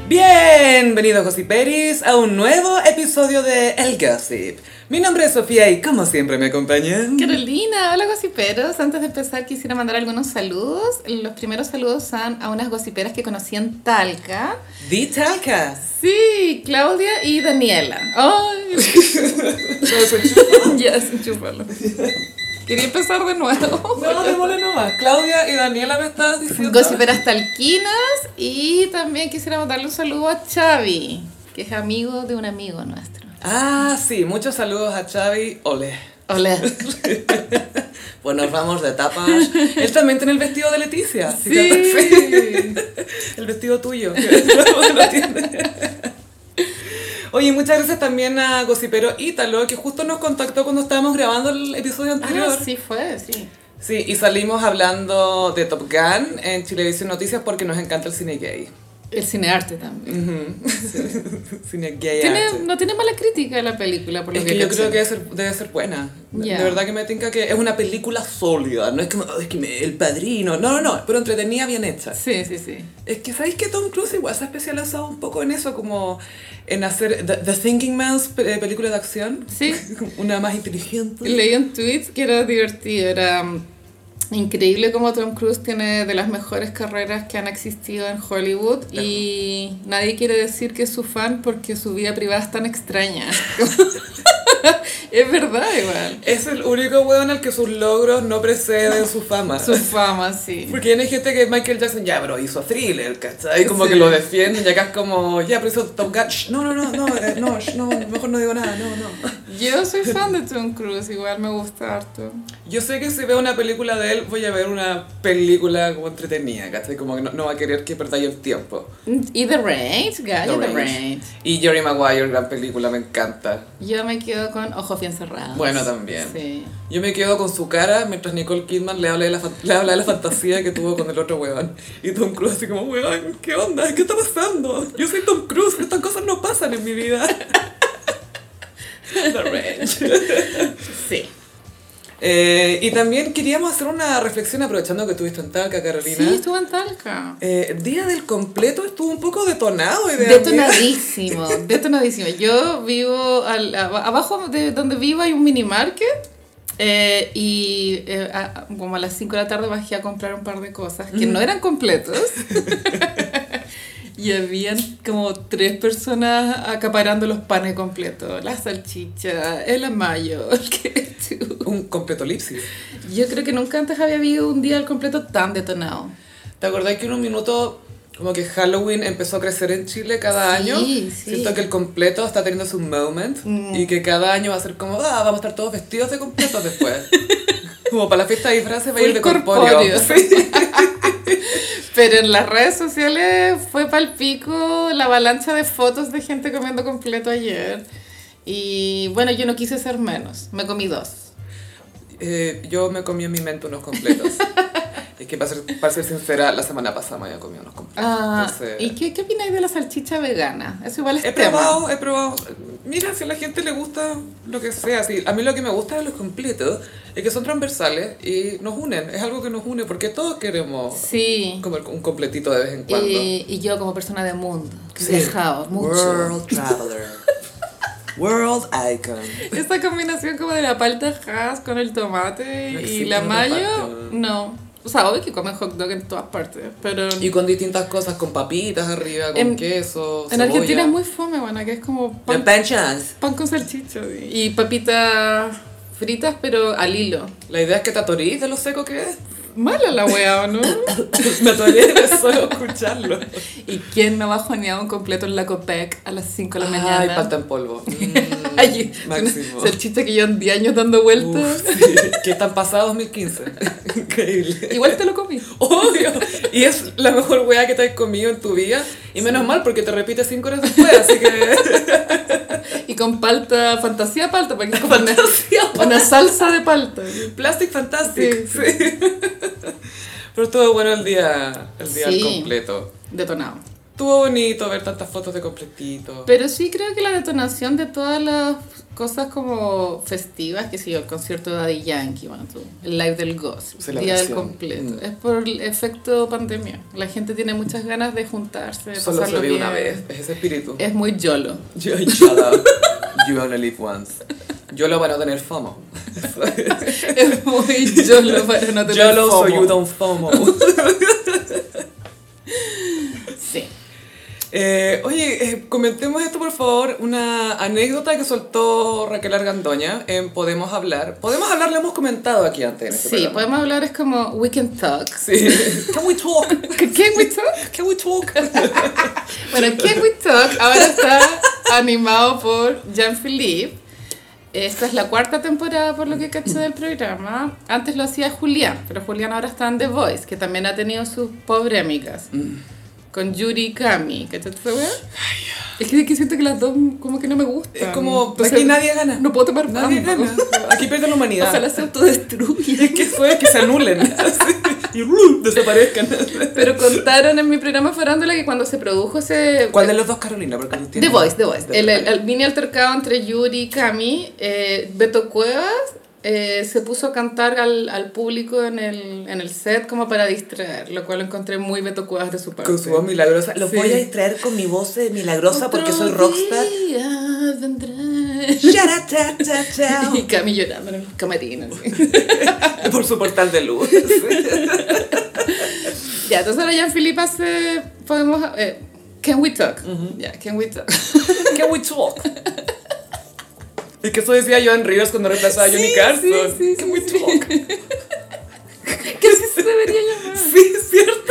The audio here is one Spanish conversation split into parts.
Bienvenidos Gossiperis a un nuevo episodio de El Gossip. Mi nombre es Sofía y como siempre me acompañan Carolina. Hola gossiperos, antes de empezar quisiera mandar algunos saludos. Los primeros saludos son a unas gossiperas que conocí en Talca. Di Talca. Sí, Claudia y Daniela. Ay, ya, enchúfalo. Quería empezar de nuevo. No, démosle nomás. Claudia y Daniela me estabas diciendo. Gossiperas talquinas. Y también quisiera mandarle un saludo a Xavi, que es amigo de un amigo nuestro. Ah, sí, muchos saludos a Xavi. Ole. Hola. Pues nos vamos de tapas. Él también tiene el vestido de Leticia. Sí. El vestido tuyo. Oye, muchas gracias también a Gossipero Ítalo, que justo nos contactó cuando estábamos grabando el episodio anterior. Ah, sí fue, sí. Sí, y salimos hablando de Top Gun en Chilevisión Noticias porque nos encanta el cine gay. El cinearte también. Cine gay arte. No tiene mala crítica la película, por lo Es que que yo caché. creo que debe ser buena. Ya. De verdad que me tinca que es una película sólida. No es como, "Oh, es que El Padrino". No, pero entretenida, bien hecha. Sí, sí, sí. Es que ¿sabéis que Tom Cruise igual se ha especializado un poco en eso? Como en hacer The Thinking Man's película de acción. Sí. Una más inteligente. Leí un tweet que era divertido, era increíble como Tom Cruise tiene de las mejores carreras que han existido en Hollywood y nadie quiere decir que es su fan porque su vida privada es tan extraña. Es verdad igual. Es el único weón al que sus logros no preceden su fama. Su fama, sí. Porque hay gente que Michael Jackson, ya, pero hizo Thriller, ¿cachai? Como Sí. que lo defienden y acá es como, ya, pero hizo Top Gun. Shh, no, mejor no digo nada, no. Yo soy fan de Tom Cruise, igual me gusta harto. Yo sé que si veo una película de él, voy a ver una película como entretenida, ¿cachai? Como que no va a querer que perdáis el tiempo. ¿Y The Range? Gallo, The Range. Y Jerry Maguire, gran película, me encanta. Yo me quedo con Ojos Bien Cerrados. Bueno, también. Sí. Yo me quedo con su cara mientras Nicole Kidman le habla de la fantasía que tuvo con el otro weón. Y Tom Cruise así como, weón, ¿qué onda? ¿Qué está pasando? Yo soy Tom Cruise, estas cosas no pasan en mi vida. The Range. Sí. Y también queríamos hacer una reflexión aprovechando que estuviste en Talca, Carolina. Sí, estuvo en Talca. Día del completo estuvo un poco detonado. Detonadísimo, detonadísimo. Yo vivo abajo de donde vivo hay un mini market como a las 5 de la tarde bajé a comprar un par de cosas que no eran completos. Y habían como 3 personas acaparando los panes completos, la salchicha, el amayo, el ketchup. Un completo lipsis. Yo creo que nunca antes había habido un día al completo tan detonado. ¿Te acordás que en un minuto como que Halloween empezó a crecer en Chile cada año? Sí. Siento que el completo está teniendo su moment y que cada año va a ser como, vamos a estar todos vestidos de completos después. Como para la fiesta de disfraces va a ir de corpóreo. Sí. Pero en las redes sociales fue palpico la avalancha de fotos de gente comiendo completo ayer. Y bueno, yo no quise ser menos, me comí 2. Yo me comí en mi mente unos completos. Es que para ser sincera, la semana pasada me había comido unos completos. Entonces, ¿Y qué opináis de la salchicha vegana? Eso igual es he tema. probado. Mira, si a la gente le gusta lo que sea. Sí, a mí lo que me gusta de los completos es que son transversales y nos unen. Es algo que nos une porque todos queremos Sí. comer un completito de vez en cuando. Y yo como persona de mundo, que Sí. he viajado mucho. World Traveler. World Icon. Esta combinación como de la palta Hass con el tomate No y existe la otra mayo, parte, ¿no? no. O sea, obvio que comen hot dog en todas partes, pero Y con distintas cosas, con papitas arriba, con queso, en cebolla. Argentina es muy fome, bueno, que es como The Panchas. pan con salchicha y papitas fritas, pero al hilo. La idea es que te atorís de lo seco que es. Mala la wea, ¿o no? Me atoré de solo escucharlo. ¿Y quién no va a jonear un completo en la Copec a las 5 de la mañana? Ay, palta en polvo. Ay, máximo. salchicha que llevan 10 años dando vueltas. Uf, sí. Que están pasados 2015. Increíble. Igual te lo comí. Obvio. Y es la mejor weá que te has comido en tu vida. Y menos mal porque te repite 5 horas después, así que... Y con palta, fantasía palta, porque es como una salsa de palta. Plastic Fantastic. Sí. Sí. Pero estuvo bueno el día Sí. completo. Detonado. Estuvo bonito ver tantas fotos de completito. Pero sí creo que la detonación de todas las cosas como festivas, que sé yo, el concierto de Daddy Yankee, bueno, el live del Gossip, el día del completo, es por el efecto pandemia. La gente tiene muchas ganas de juntarse, de Solo se pasarlo vive bien. una vez, es ese espíritu. Es muy YOLO. Shut up. You only live once. YOLO para no tener FOMO. Es muy YOLO para no tener YOLO FOMO. so you don't FOMO. Sí. Oye, comentemos esto por favor, una anécdota que soltó Raquel Argandoña en Podemos Hablar. Podemos Hablar lo hemos comentado aquí antes en este Sí, programa. podemos hablar, es como we can talk. Sí. Can we talk? Can we talk? Can we talk? Bueno, Can We Talk ahora está animado por Jean-Philippe. Esta es la 4ª temporada por lo que caché del programa. Antes lo hacía Julián, pero Julián ahora está en The Voice, que también ha tenido sus polémicas. Con Yuri y Cami, ¿cachai esta weá? Es que siento que las dos como que no me gustan. Es como, Entonces, aquí nadie gana. No puedo tomar Nadie ambos. gana. Aquí pierde la humanidad. Ojalá se autodestruya. Es que eso es que se anulen. Así, y desaparezcan. Pero contaron en mi programa Farándula que cuando se produjo ese... ¿Cuál de los dos, Carolina? Porque tú tienes- The Voice. El mini altercado entre Yuri y Cami, Beto Cuevas se puso a cantar al público en el set como para distraer, lo cual encontré muy Beto Cuevas de su parte. Con su voz milagrosa. Los Sí. voy a distraer con mi voz milagrosa porque soy rockstar. Día vendré. Chao. Y Cami llorando en el camarín. así. Por su portal de luz. Ya, entonces ahora Jean-Philippe hace... Podemos... Can we talk? Ya, can we talk? Can we talk? Es que eso decía Joan Rivers cuando reemplazaba a Johnny Carson. sí, Can we talk? Que así se debería llamar. Sí, es cierto.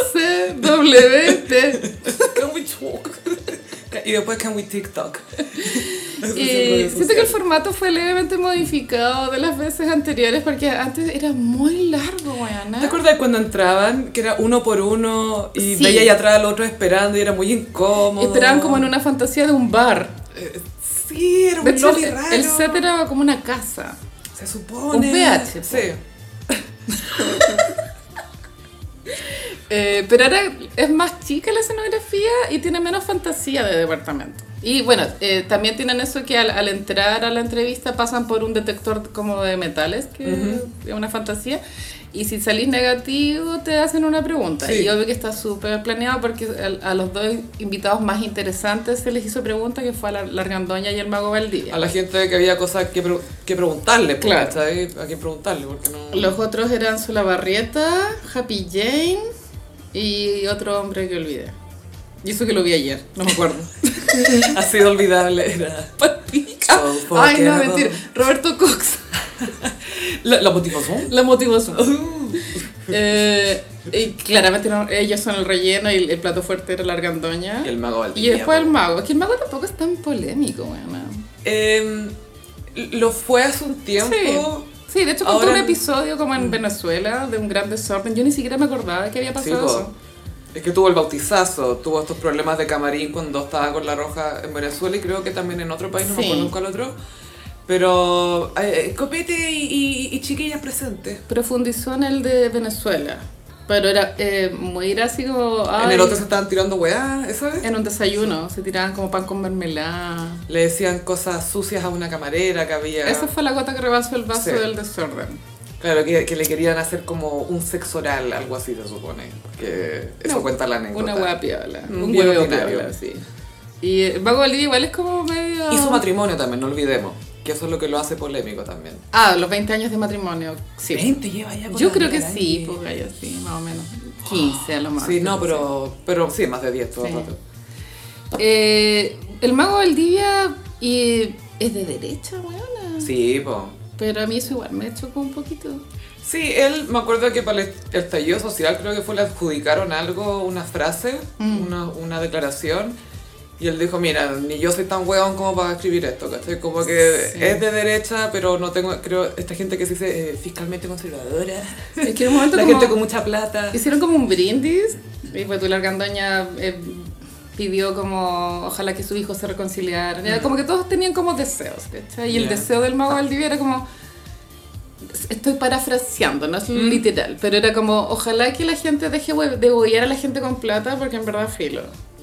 CWT. Can we talk? Y después Can we TikTok? Y siento que el formato fue levemente modificado de las veces anteriores porque antes era muy largo, ¿Te weona. acuerdas cuando entraban? Que era uno por uno y Sí. veía ahí atrás al otro esperando y era muy incómodo. Esperaban como en una fantasía de un bar. Sí, era De un hecho, lobby raro. el set era como una casa. Se supone. Un PH, po. Sí. Pero ahora es más chica la escenografía y tiene menos fantasía de departamento. Y bueno, también tienen eso que al entrar a la entrevista pasan por un detector como de metales, que es una fantasía. Y si salís negativo te hacen una pregunta. Sí. Y obvio que está súper planeado porque a los dos invitados más interesantes se les hizo pregunta, que fue a la Argandoña y el Mago Valdivia. A la gente que había cosas que preguntarle. Claro. ¿Cachai? A quién preguntarle, porque no... Los otros eran Solabarrieta, Happy Jane y otro hombre que olvidé. Y eso que lo vi ayer, no me acuerdo. Ha sido olvidable. Era... So Ay, no, forgettable. mentira. Roberto Cox. ¿La motivación? La motivación. Y claramente ellos son el relleno y el plato fuerte era la Argandoña. Y el Mago Y Valdivia. después el Mago. Es que el Mago tampoco es tan polémico, bueno. Lo fue hace un tiempo. Sí, de hecho contó Ahora- un episodio como en Venezuela de un gran desorden. Yo ni siquiera me acordaba que había Sí, pasado po. eso. Es que tuvo el bautizazo, tuvo estos problemas de camarín cuando estaba con La Roja en Venezuela y creo que también en otro país, no me Sí. acuerdo cuál otro. Pero copete y chiquillas presentes. Profundizó en el de Venezuela. Pero era muy así como... En ay, el otro se estaban tirando weá, ¿esa vez? en un desayuno, se tiraban como pan con mermelada. Le decían cosas sucias a una camarera que había. Esa fue la gota que rebasó el vaso Sí. del desorden. Claro, que le querían hacer como un sexo oral, algo así se supone. Que eso No, cuenta la anécdota. Una hueá piola. Un Bien huevo ordinario. piola, sí. Y el Mago Valdivia igual es como medio... Y su matrimonio también, no olvidemos. Que eso es lo que lo hace polémico también. Ah, los 20 años de matrimonio, sí. 20 lleva ya con Yo la creo que Garay. sí, pues gallo, sí, más o menos. 15 a lo más. Sí, no, pero sí, más de 10 todo el Sí. rato. El Mago Valdivia es de derecha, weona. Sí, po. Pero a mí eso igual me chocó un poquito. Sí, él, me acuerdo que para el estallido social creo que fue, le adjudicaron algo, una frase, una declaración, y él dijo, mira, ni yo soy tan hueón como para escribir esto, ¿cachai? Como que Sí. es de derecha, pero no tengo, creo, esta gente que se dice fiscalmente conservadora, Es que en un momento la como gente con mucha plata. hicieron como un brindis, y pues tú la Argandoña pidió como ojalá que su hijo se reconciliaran. Era como que todos tenían como deseos, ¿cachai? Y el Ya. deseo del Mago Valdivia era como... Estoy parafraseando, no es literal, pero era como, ojalá que la gente deje de huear a la gente con plata porque en verdad filo.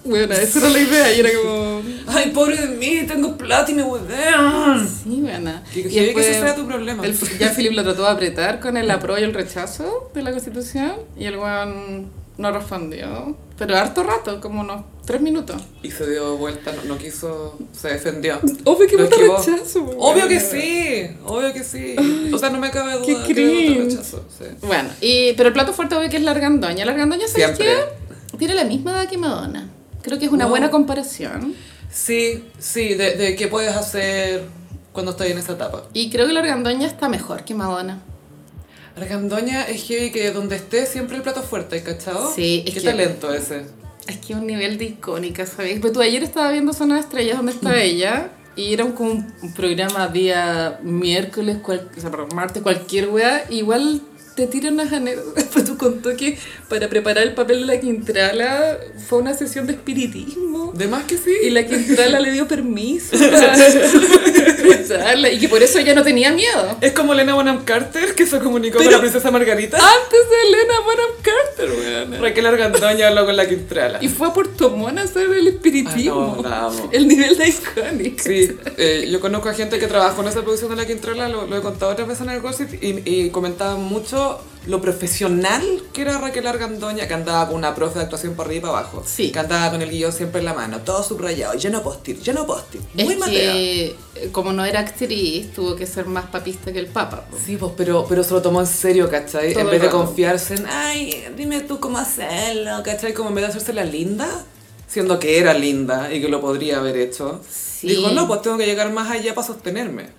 Bueno, esa era la idea y era como... Ay, pobre de mí, tengo plata y me huevean. Sí, bueno. Que Y después ese sea tu problema. Ya Philip lo trató de apretar con el apruebo y el rechazo de la Constitución y el weón no respondió. Pero harto rato, como unos 3 minutos. Y se dio vuelta, no quiso, se defendió. Obvio que Lo vota esquivó. rechazo. Obvio que sí, obvio que sí. O sea, no me cabe duda Qué que cringe. vota rechazo. Sí. Bueno, pero el plato fuerte obvio que es la argandoña. La argandoña, ¿sabes Siempre. qué? Tiene la misma edad que Madonna. Creo que es una No. buena comparación. Sí, de qué puedes hacer cuando estás en esa etapa. Y creo que la argandoña está mejor que Madonna. Argandoña es heavy que donde esté siempre el plato fuerte, ¿cachado? Sí, es Qué que- talento ese. Es que un nivel de icónica, ¿sabes? Pero tú ayer estaba viendo Zona de Estrellas, donde está ella, y era como un programa día miércoles, o sea, perdón, martes, cualquier wea, igual te tiran unas anécdotas. Después tú contó que para preparar el papel de la Quintrala fue una sesión de espiritismo. De más que sí. Y la Quintrala le dio permiso para expresarla, y que por eso ella no tenía miedo. Es como Elena Bonham Carter que se comunicó Pero- con la princesa Margarita. Antes de Elena Bonham Carter, weón. Raquel Argandoña habló con la Quintrala. Y fue a Puerto Montt a hacer el espiritismo. Ah, no, la amo. El nivel de icónica. Sí, yo conozco a gente que trabajó en esa producción de la Quintrala, lo he contado otras veces en el Gossip, y comentaban mucho lo profesional que era Raquel Argandoña, que andaba con una profe de actuación por arriba y para abajo. Sí. Que andaba con el guión siempre en la mano, todo subrayado, lleno post-it. Muy Es matea. que, como no era actriz, tuvo que ser más papista que el papa. Po. Sí, pues, pero se lo tomó en serio, ¿cachai? Todo En el vez de rato. confiarse en, ay, dime tú cómo hacerlo, ¿cachai? Como en vez de hacerse la linda, siendo que era linda y que lo podría haber hecho. Sí. Dijo, no, pues tengo que llegar más allá para sostenerme.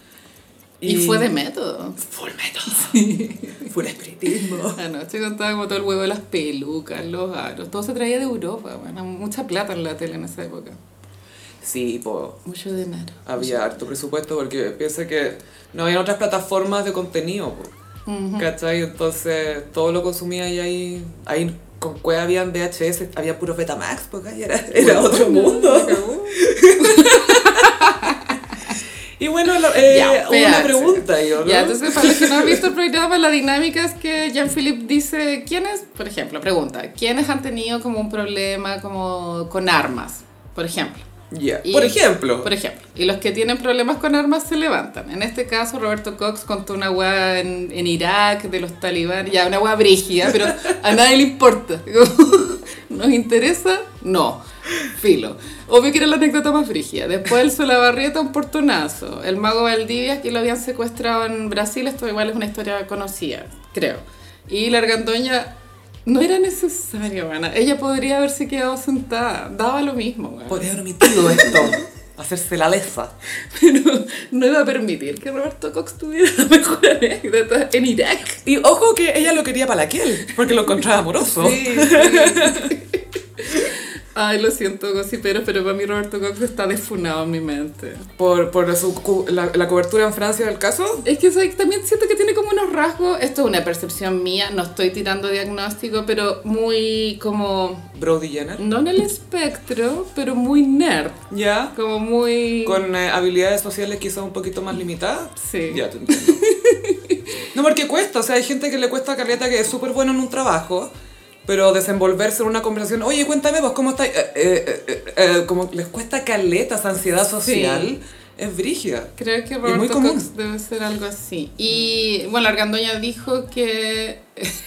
Y fue de método. Full método. Full espiritismo. Anoche contaba como todo el huevo de las pelucas, los aros. Todo se traía de Europa, bueno, mucha plata en la tele en esa época. Sí, pues Mucho dinero. había harto presupuesto porque piensa que no había otras plataformas de contenido, po. ¿Cachai? Entonces todo lo consumía y ahí con Cueva habían VHS, había puro Betamax, porque ahí era otro mundo. Y bueno, Ya, una espérate. pregunta yo, ¿no? Ya, entonces para los que no han visto el programa, la dinámica es que Jean-Philippe dice, ¿quiénes, por ejemplo, pregunta, ¿quiénes han tenido como un problema como con armas, por ejemplo? Ya. Y- Por ejemplo. Por ejemplo, y los que tienen problemas con armas se levantan. En este caso, Roberto Cox contó una weá en Irak de los talibanes, ya una weá brígida, pero a nadie le importa. ¿Nos interesa? No. Filo. Obvio que era la anécdota más brígida. Después el Solabarrieta, un portonazo. El mago Valdivia, que lo habían secuestrado en Brasil, esto igual es una historia conocida, creo. Y la argandoña no era necesario, mana. Ella podría haberse quedado sentada. Daba lo mismo, weón. Podría haber omitido esto. Hacerse la lesa. Pero no iba a permitir que Roberto Cox tuviera la mejor anécdota en Irak. Y ojo que ella lo quería para aquel, porque lo encontraba amoroso. Sí. Ay, lo siento, gossiperos, pero para mí Roberto Cox está desfunado en mi mente. Por la cobertura en Francia del caso. Es que ¿sabes? También siento que tiene como unos rasgos, esto es una percepción mía, no estoy tirando diagnóstico, pero muy como, Brody Jenner. no en el espectro, pero muy nerd, Ya. como muy... Con habilidades sociales quizás un poquito más limitadas. Sí. Ya te entiendo. No, porque cuesta, o sea, hay gente que le cuesta caleta que es súper bueno en un trabajo, pero desenvolverse en una conversación, oye, cuéntame vos, ¿cómo estás? Como les cuesta caleta esa ansiedad social, es brígida. Creo que Y es muy Roberto común. Cox debe ser algo así. Y bueno, Argandoña dijo que...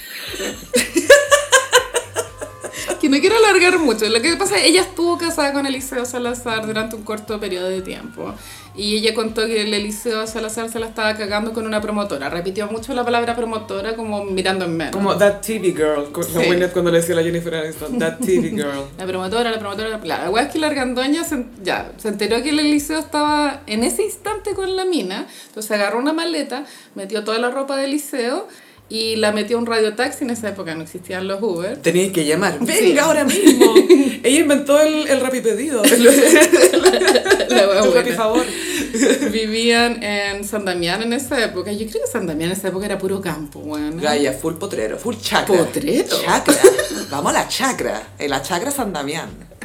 que no quiero alargar mucho. Lo que pasa es que ella estuvo casada con Eliseo Salazar durante un corto periodo de tiempo. Y ella contó que el Eliseo Salazar se la estaba cagando con una promotora. Repitió mucho la palabra promotora como mirando en menos. Como That TV Girl, con Sí. la Gwyneth cuando le decía a la Jennifer Aniston, That TV Girl. La promotora. La weá es que la Argandoña se enteró que el Eliseo estaba en ese instante con la mina. Entonces agarró una maleta, metió toda la ropa del Eliseo y la metió a un radiotaxi. En esa época no existían los Uber. Tenías que llamar. Sí. Venga ahora mismo. Ella inventó el rapipedido. El La weá Rappi buena. favor. Vivían en San Damián en esa época. Yo creo que San Damián en esa época era puro campo, weón. Gaia, full potrero, full chacra. ¿Potrero? Chacra. Vamos a la chacra. En la chacra San Damián.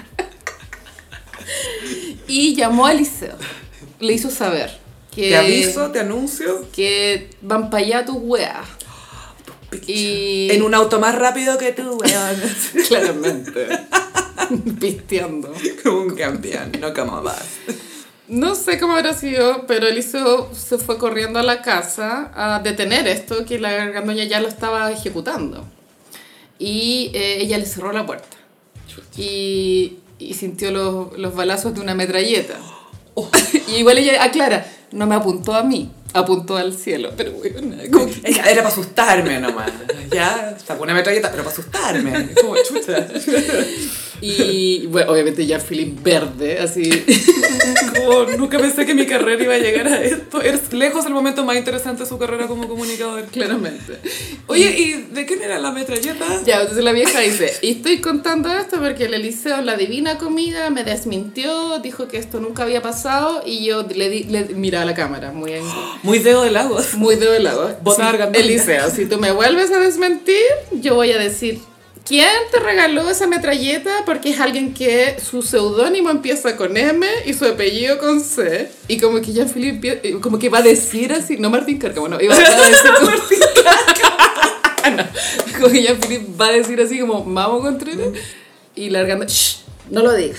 Y llamó a Eliseo. Le hizo saber que... Te aviso, te anuncio. que van para allá tus weas. Y... En un auto más rápido que tú, weón. Claramente. pisteando. Como un campeón, no como vas. No sé cómo habrá sido, pero Eliseo se fue corriendo a la casa a detener esto, que la gargandoña ya lo estaba ejecutando. Y ella le cerró la puerta. Y sintió los balazos de una metralleta. Y igual ella aclara, no me apuntó a mí, apuntó al cielo. Pero bueno, como que... Ella era para asustarme nomás. Ya, sacó una metralleta, pero para asustarme. Como chucha. Y bueno, obviamente ya Philip verde, así. Como nunca pensé que mi carrera iba a llegar a esto. Es lejos el momento más interesante de su carrera como comunicador. Claramente. Oye, ¿y de quién era la metralleta? Ya, entonces la vieja dice, y estoy contando esto porque el Eliseo, la divina comida, me desmintió, dijo que esto nunca había pasado y yo le miraba a la cámara, Muy dedo de lagos. muy de lado. Bota gargandoña. Eliseo, si tú me vuelves a desmentir, yo voy a decir, ¿quién te regaló esa metralleta? Porque es alguien que su seudónimo empieza con M y su apellido con C. Y como que ya Philip como que va a decir así, no Martín Cárcamo, no, iba a decir como Martín Cárcamo. No, como que ya Philip va a decir así como Mamo Contreras y largando, shh, no lo digas.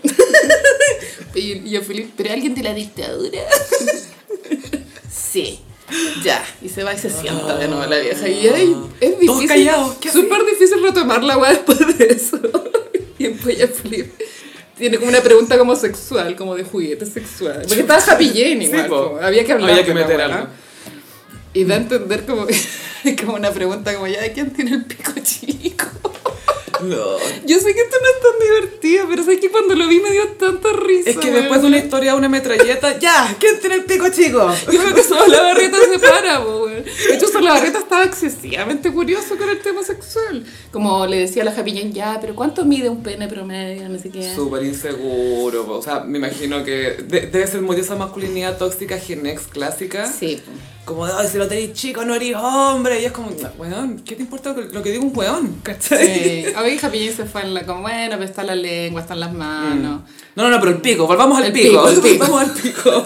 Y yo Philip, ¿pero alguien de la dictadura? Sí. Ya, y se va y se sienta de nuevo la vieja. Y ay, es difícil. Todos callados, ¿qué así? Súper difícil retomar la weá después de eso. Y después ya Flip tiene como una pregunta como sexual, como de juguete sexual. Porque estaba Happy Jane igual. Sí, po. Como, había que hablar. Había que de la meter weá. algo. Y da a entender como, como una pregunta como, ya, ¿quién tiene el pico chico? No. Yo sé que esto no es tan divertido, pero sé que cuando lo vi me dio tanta risa. Es que después de una historia de una metralleta, ya, ¿quién tiene el pico chico? Yo creo que Solabarrieta se para, po, güey. De hecho, Solabarrieta estaba excesivamente curioso con el tema sexual. Como le decía a la Happy Jane, ya, pero ¿cuánto mide un pene promedio? No sé qué. Súper inseguro, po. O sea, me imagino que debe ser muy de esa masculinidad tóxica Gen X clásica. Sí, po. Como, ay, si lo tenés chico no eres hombre. Y es como, weón, ¿qué te importa lo que diga un weón? ¿Cachai? Sí. A ver, Happy Jane se fue en la como, bueno, pero está la lengua, están las manos. No, pero el pico, volvamos al El pico. pico, el pico. Volvamos al pico.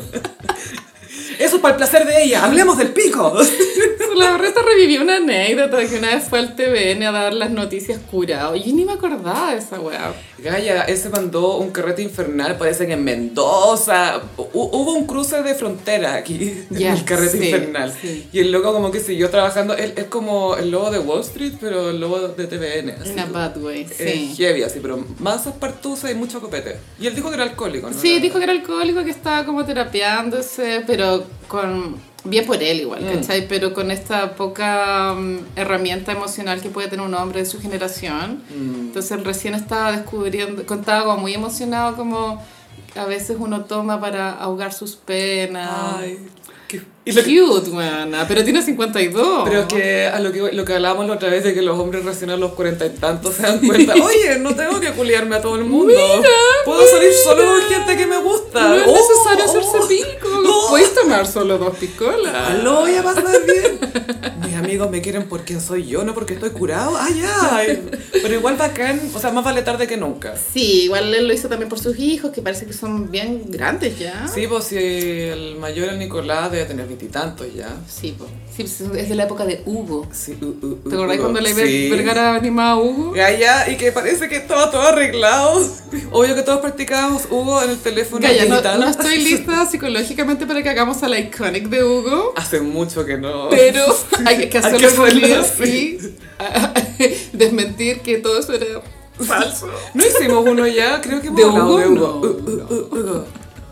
Eso es para el placer de ella, hablemos del pico. Solabarrieta revivió una anécdota que una vez fue al TVN a dar las noticias curado. Y yo ni me acordaba de esa weá. Gaya, él se mandó un carrete infernal, parece que en Mendoza. Hubo un cruce de frontera aquí, en Ya, el carrete sí, infernal. sí. Y el loco como que siguió trabajando, él es como el lobo de Wall Street, pero el lobo de TVN. Así, Una bad way, es sí. heavy así, pero más espartusa y mucho copete. Y él dijo que era alcohólico, ¿no? Sí, dijo que era alcohólico, que estaba como terapiándose, pero con... Bien por él igual, ¿cachai? Pero con esta poca herramienta emocional que puede tener un hombre de su generación. Entonces él recién estaba descubriendo, contaba como muy emocionado como a veces uno toma para ahogar sus penas. Ay, qué... Cute, buena, pero tiene 52. Pero que a lo que hablábamos la otra vez de que los hombres recién a los 40 y tantos se dan cuenta, oye, no tengo que culiarme a todo el mundo. Puedo salir solo con gente que me gusta. No es necesario hacerse pico. Puedes tomar solo 2 picolas. Lo voy a pasar bien. Mis amigos me quieren por quien soy yo, no porque estoy curado. Ah, ya. Pero igual bacán, o sea, más vale tarde que nunca. Sí, igual él lo hizo también por sus hijos, que parece que son bien grandes ya. Sí, pues si el mayor, el Nicolás, debe tener 20 y tantos ya. Sí, po. Sí, es de la época de Hugo. Sí, ¿Te acordás cuando la sí. Vergara animaba a Hugo? Gaya, y que parece que estaba todo arreglado. Obvio que todos practicábamos Hugo en el teléfono Gaya, digital. no estoy lista psicológicamente para que hagamos a la iconic de Hugo, Hace mucho que no. pero hay que hacerlo Hay que hacerlo, algún día, sí. sí. Desmentir que todo eso era falso. ¿No hicimos uno ya? Creo que hemos ¿De hablado Hugo? de Hugo. No, Hugo.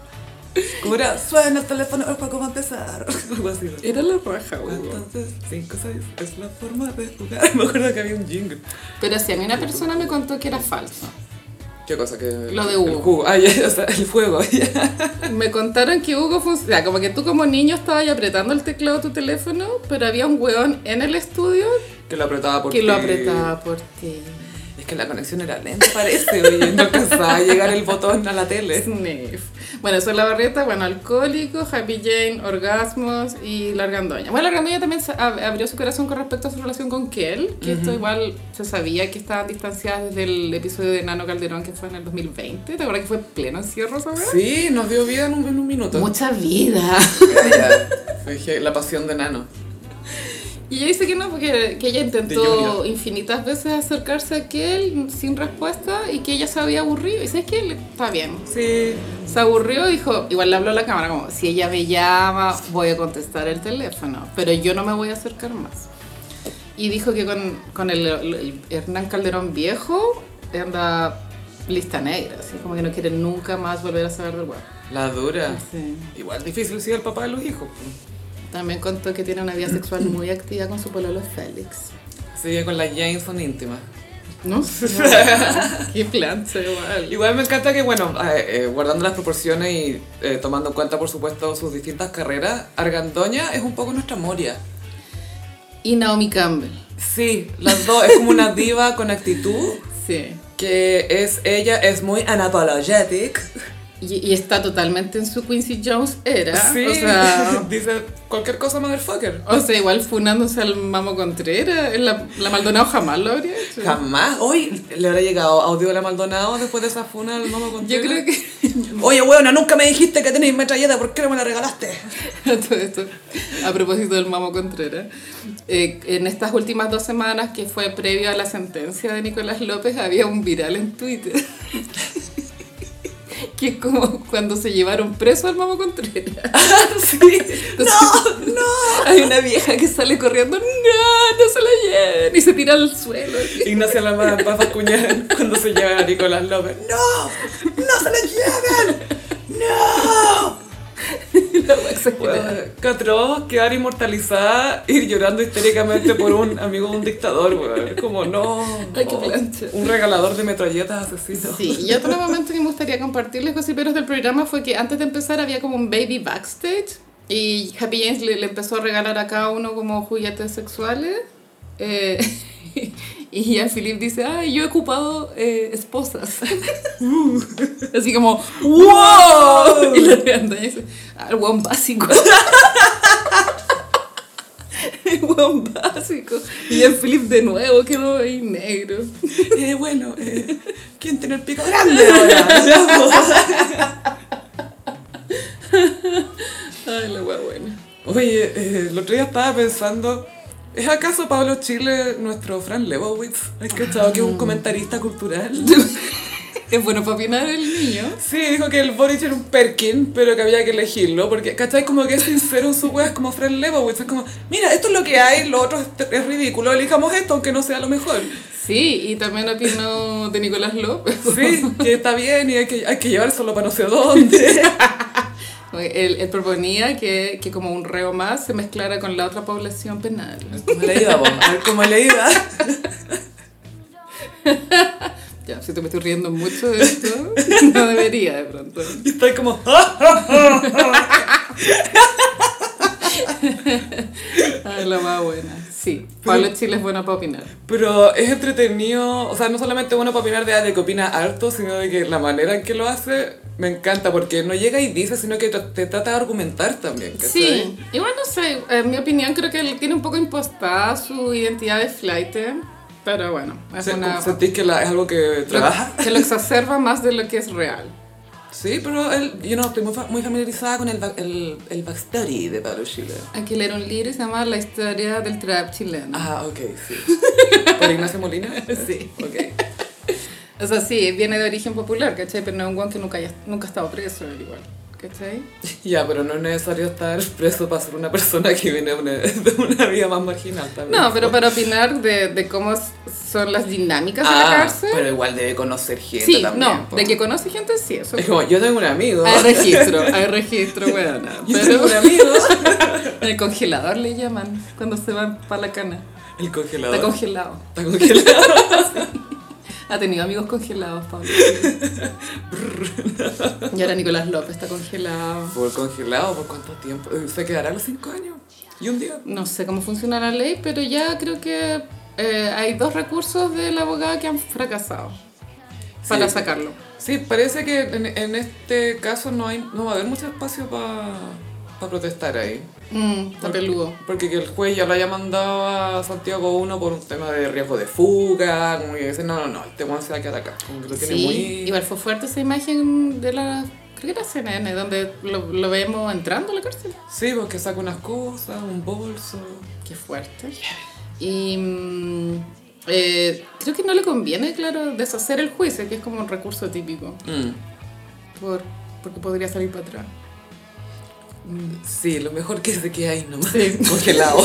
¿Cómo era? Suena el teléfono para cómo empezar. Algo así. Era la raja, Hugo. Entonces, 5, 6 es la forma de jugar. Me acuerdo que había un jingle. Pero sí, a mí una persona me contó que era falso. ¿Qué cosa? Que Lo de el Hugo. jugo. Ah, ya, o sea, el fuego. Ya. Me contaron que Hugo funciona, como que tú como niño estabas ahí apretando el teclado de tu teléfono, pero había un weón en el estudio Que lo apretaba por que ti. lo apretaba por ti. Es que la conexión era lenta, parece. Oye, no alcanzaba a llegar el botón a la tele. Sniff. Bueno, Solabarrieta, bueno, alcohólico, Happy Jane, orgasmos y la argandoña. Bueno, la argandoña también abrió su corazón con respecto a su relación con Kel, que esto igual se sabía que estaban distanciadas desde el episodio de Nano Calderón que fue en el 2020. ¿Te acuerdas que fue pleno encierro esa vez? Sí, nos dio vida en un minuto. Mucha vida. Ya. Fue la pasión de Nano. Y ella dice que no, porque que ella De intentó Junior. infinitas veces acercarse a aquel sin respuesta y que ella se había aburrido. Y sabes que está bien. Sí. Se aburrió y dijo, igual le habló a la cámara como, si ella me llama, voy a contestar el teléfono, pero yo no me voy a acercar más. Y dijo que con el Hernán Calderón viejo anda lista negra, así como que no quiere nunca más volver a saber del web. La dura. Sí. Igual difícil si el papá de los hijos. También contó que tiene una vida sexual muy activa con su pololo Félix. Sí, con la Jane son íntimas. No sé. Qué plancha igual. Igual me encanta que, bueno, guardando las proporciones y tomando en cuenta, por supuesto, sus distintas carreras, Argandoña es un poco nuestra Moria. Y Naomi Campbell. Sí, las dos, es como una diva con actitud, Sí. que ella es muy unapologetic. Y está totalmente en su Quincy Jones era. Sí, O sea, dice cualquier cosa motherfucker. igual funándose al Mamo Contreras. La Maldonado jamás lo habría hecho. Jamás. Hoy le habrá llegado audio a la Maldonado después de esa funa al Momo Yo Contreras. creo que Oye, weona, nunca me dijiste que tenéis metralleta, ¿por qué no me la regalaste? todo esto, a propósito del Mamo Contreras, en estas últimas 2 semanas que fue previo a la sentencia de Nicolás López, había un viral en Twitter. Que es como cuando se llevaron preso al Mamo Contreras. Sí. Entonces, no. Hay una vieja que sale corriendo, no se la lleven, y se tira al suelo. Ignacia Lamar, Paz Cuñán, cuando se lleva a Nicolás López. ¡No! ¡No se la lleven! ¡No! La wea exagerada. Catró, quedar inmortalizada, ir llorando histéricamente por un amigo de un dictador, weón. Como no. Ay, qué plancha. Un regalador de metralletas asesino. Sí, y otro momento que me gustaría compartirles, gossiperos del programa, fue que antes de empezar había como un baby backstage y Happy James le empezó a regalar a cada uno como juguetes sexuales. Y ya Philip dice, ay, yo he ocupado esposas. Así como, ¡wow! Y la Antonia dice, el hueón básico. El hueón básico. Y ya Philip de nuevo quedó ahí negro. Bueno, ¿quién tiene el pico grande ahora? Ay, la hueá buena. Oye, el otro día estaba pensando, ¿es acaso Pablo Chile nuestro Fran Lebowitz? ¿Has cachado que es un comentarista cultural? Es bueno para opinar el niño. Sí, dijo que el Boric era un Perkin, pero que había que elegirlo, porque, ¿cachai? Como que es sincero en su wea, es como Fran Lebowitz, es como, mira, esto es lo que hay, lo otro es ridículo, elijamos esto, aunque no sea lo mejor. Sí, y también opinó de Nicolás López. Sí, que está bien y hay que llevárselo para no sé dónde. Él proponía que como un reo más se mezclara con la otra población penal. ¿Cómo le iba, vos? A ver cómo le iba. Ya, si te me estoy riendo mucho de esto, no debería de pronto. Y está como, Ay, la más buena. Sí, Pablo Chile es bueno para opinar. pero es entretenido, o sea, no solamente bueno para opinar de que opina harto, sino de que la manera en que lo hace me encanta, porque no llega y dice, sino que te trata de argumentar también, ¿cachai? Sí, igual no sé, en mi opinión creo que él tiene un poco impostada su identidad de flight, pero bueno, es ¿Sentís que es algo que trabaja? que lo exacerba más de lo que es real. Sí, pero yo no estoy muy familiarizada con el backstory de Pablo Chile. Aquí leer un libro y se llama La historia del trap chileno. Ah, ok, sí. ¿Por Ignacio Molina? Sí. Ok. O sea, sí, viene de origen popular, ¿cachai? Pero no es un guan que nunca ha estado preso, igual, ¿cachai? Ya, pero no es necesario estar preso para ser una persona que viene de una vida más marginal también. No, pero para opinar de cómo son las dinámicas de la cárcel. Pero igual debe conocer gente Sí, también. no, po. de que conoce gente, sí, eso. Es como, yo tengo un amigo. Hay registro, weona. Yo Pero tengo un amigo. el congelador le llaman cuando se van para la cana. El congelador. Está congelado. Está congelado. Ha tenido amigos congelados, Pablo. Y ahora Nicolás López está congelado. ¿Por congelado? ¿Por cuánto tiempo? ¿Se quedará a los 5 años? ¿Y un día? No sé cómo funciona la ley, pero ya creo que hay 2 recursos de la abogada que han fracasado para sacarlo. Sí, parece que en este caso no va a haber mucho espacio para protestar ahí. Está peludo. Porque que el juez ya lo haya mandado a Santiago 1 por un tema de riesgo de fuga, como que dice, no, este one se va a quedar acá. Como que lo tiene Sí, muy... igual fue fuerte esa imagen de las creo que era CNN, donde lo vemos entrando a la cárcel. Sí, porque saca unas cosas, un bolso. Qué fuerte. Y creo que no le conviene, claro, deshacer el juicio, que es como un recurso típico. Porque podría salir para atrás. Sí, lo mejor que es de que hay nomás. Sí. Congelado.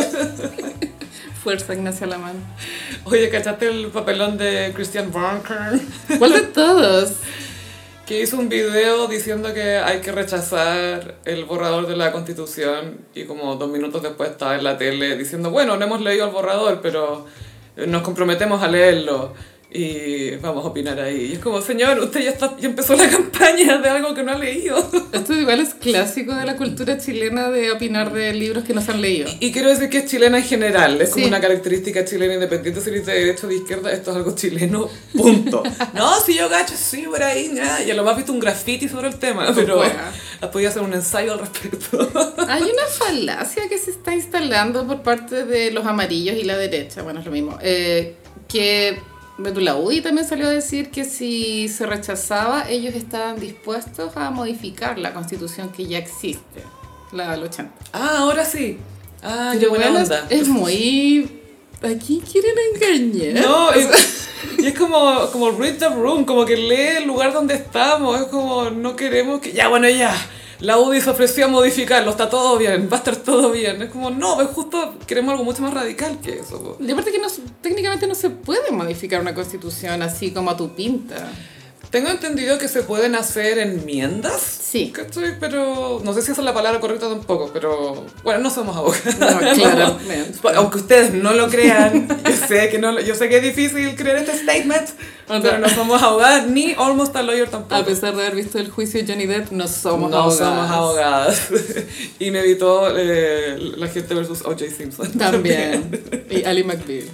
Fuerza, Ignacia la mano. Oye, ¿cachaste el papelón de Christian Barker? ¿Cuál de todos? Que hizo un video diciendo que hay que rechazar el borrador de la Constitución y como 2 minutos después estaba en la tele diciendo, bueno, no hemos leído el borrador, pero nos comprometemos a leerlo y vamos a opinar ahí. Y es como, señor, usted ya empezó la campaña de algo que no ha leído. Esto igual es clásico de la cultura chilena de opinar de libros que no se han leído. Y quiero decir que es chilena en general, es como Sí. una característica chilena independiente si eres de derecha o de izquierda, esto es algo chileno, punto. No, si yo gacho, sí, por ahí, ya. Y a lo más visto un graffiti sobre el tema, pero has podido hacer un ensayo al respecto. Hay una falacia que se está instalando por parte de los amarillos y la derecha, bueno, es lo mismo, que la UDI también salió a decir que si se rechazaba, ellos estaban dispuestos a modificar la constitución que ya existe, la del 80. Ah, ahora sí. Ah, qué Pero buena bueno, onda. es muy... ¿A quién quieren engañar? No, y es como read the room, como que lee el lugar donde estamos, es como no queremos que... Ya, bueno, ya, la UDI se ofreció a modificarlo, está todo bien, va a estar todo bien. Es como, no, pues justo queremos algo mucho más radical que eso. Po. Y aparte que técnicamente no se puede modificar una constitución así como a tu pinta. Tengo entendido que se pueden hacer enmiendas. Sí. ¿Cachai? Pero no sé si esa es la palabra correcta tampoco, pero bueno, no somos abogados. No, claramente. Aunque ustedes no lo crean, yo sé que es difícil creer este statement, pero no somos abogadas ni almost a lawyer tampoco. A pesar de haber visto el juicio de Johnny Depp, no somos no abogadas. somos abogadas. Y me evitó La gente versus O.J. Simpson. También. Y Ali McBeal.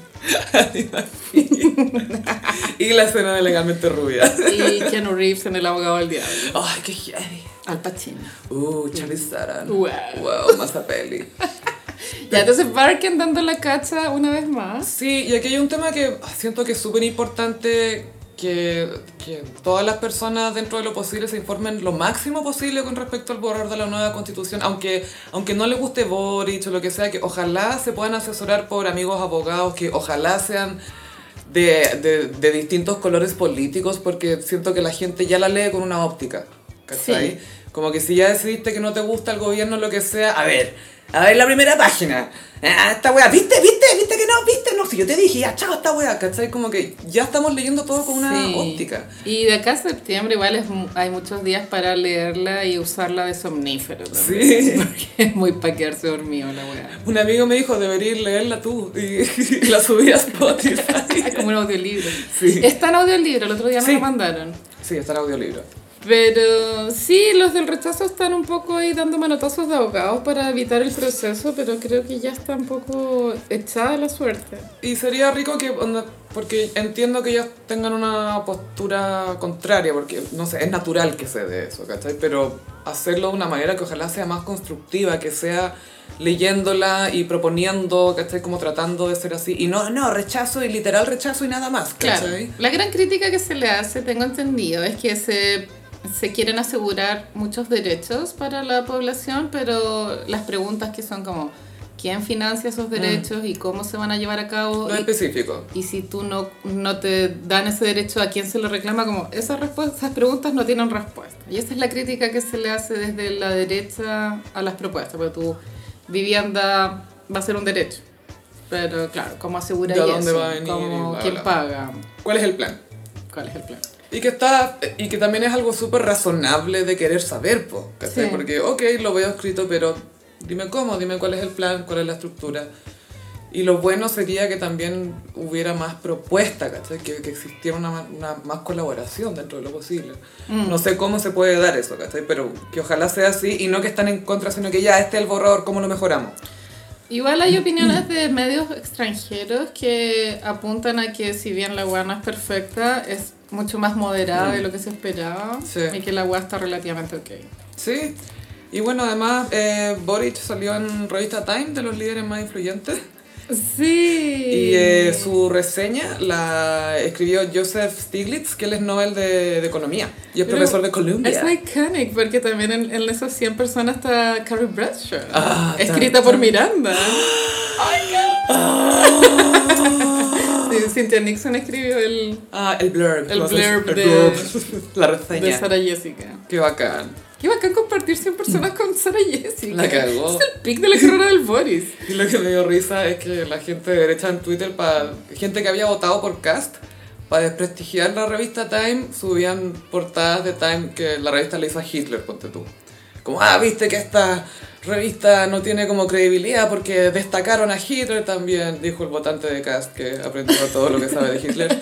Y la escena de Legalmente Rubia. Y Keanu Reeves en El abogado del diablo. Ay, qué heavy. Al Pacino. Charlie Theron. Wow. Wow, más a peli. Ya, entonces Barken dando la cacha una vez más. Sí, y aquí hay un tema que siento que es súper importante que todas las personas dentro de lo posible se informen lo máximo posible con respecto al borrador de la nueva constitución, aunque no les guste Boric o lo que sea, que ojalá se puedan asesorar por amigos abogados, que ojalá sean de distintos colores políticos, porque siento que la gente ya la lee con una óptica, ¿cachai? Sí. Como que si ya decidiste que no te gusta el gobierno o lo que sea, a ver la primera página. Ah, esta wea, ¿viste que no? ¿Viste? No, si yo te dije, ya, chao, esta wea, ¿cachai? Como que ya estamos leyendo todo con una Sí. óptica. Y de acá a septiembre igual hay muchos días para leerla y usarla de somnífero también. Sí. Porque es muy pa' quedarse dormido la weá. Un amigo me dijo, deberías leerla tú, y la subí a Spotify. Es como un audiolibro. Sí. Está en audiolibro, el otro día me Sí. lo mandaron. Sí, está el audiolibro. Pero sí, los del rechazo están un poco ahí dando manotazos de abogados para evitar el proceso, pero creo que ya está un poco echada la suerte. Y sería rico que, porque entiendo que ellos tengan una postura contraria, porque, no sé, es natural que se dé eso, ¿cachai? Pero hacerlo de una manera que ojalá sea más constructiva, que sea leyéndola y proponiendo, ¿cachai? Como tratando de ser así. Y no, rechazo y literal rechazo y nada más, Claro, ¿cachai? la gran crítica que se le hace, tengo entendido, es que se quieren asegurar muchos derechos para la población, pero las preguntas que son como, ¿quién financia esos derechos y cómo se van a llevar a cabo? Lo específico. Y si tú no te dan ese derecho, ¿a quién se lo reclama? Como esas preguntas no tienen respuesta. Y esa es la crítica que se le hace desde la derecha a las propuestas, porque tu vivienda va a ser un derecho. Pero claro, ¿cómo asegurar ¿De eso? dónde va a venir? ¿Cómo, Bla, ¿Quién bla. paga? ¿Cuál es el plan? ¿Cuál es el plan? Y que también es algo súper razonable de querer saber, po, ¿cachai? Sí. Porque, ok, lo veo escrito, pero dime cómo, dime cuál es el plan, cuál es la estructura. Y lo bueno sería que también hubiera más propuesta, ¿cachai? Que existiera una más colaboración dentro de lo posible. No sé cómo se puede dar eso, ¿cachai? Pero que ojalá sea así y no que están en contra, sino que ya, este es el borrador, ¿cómo lo mejoramos? Igual hay opiniones de medios extranjeros que apuntan a que si bien la UA no es perfecta, es mucho más moderada de lo que se esperaba Sí. y que la UA está relativamente ok. Sí. Y bueno, además, Boric salió en revista Time, de los líderes más influyentes. Sí. Y su reseña la escribió Joseph Stiglitz, que él es Nobel de Economía y es Pero profesor de Columbia. Es iconic porque también en esas 100 personas está Carrie Bradshaw, Ah, escrita por Miranda. Sí, Cynthia Nixon escribió el blurb. El blurb el de- blurb, la de reseña. Sarah Jessica. Qué bacán. Qué bacán compartir 100 personas con Sarah Jessica. La cagó. Es el pic de la carrera del Boris. Y lo que me dio risa es que la gente de derecha en Twitter, gente que había votado por Cast, para desprestigiar la revista Time, subían portadas de Time que la revista le hizo a Hitler, ponte tú. Como, viste que esta revista no tiene como credibilidad porque destacaron a Hitler también, dijo el votante de Cast que aprendió todo lo que sabe de Hitler.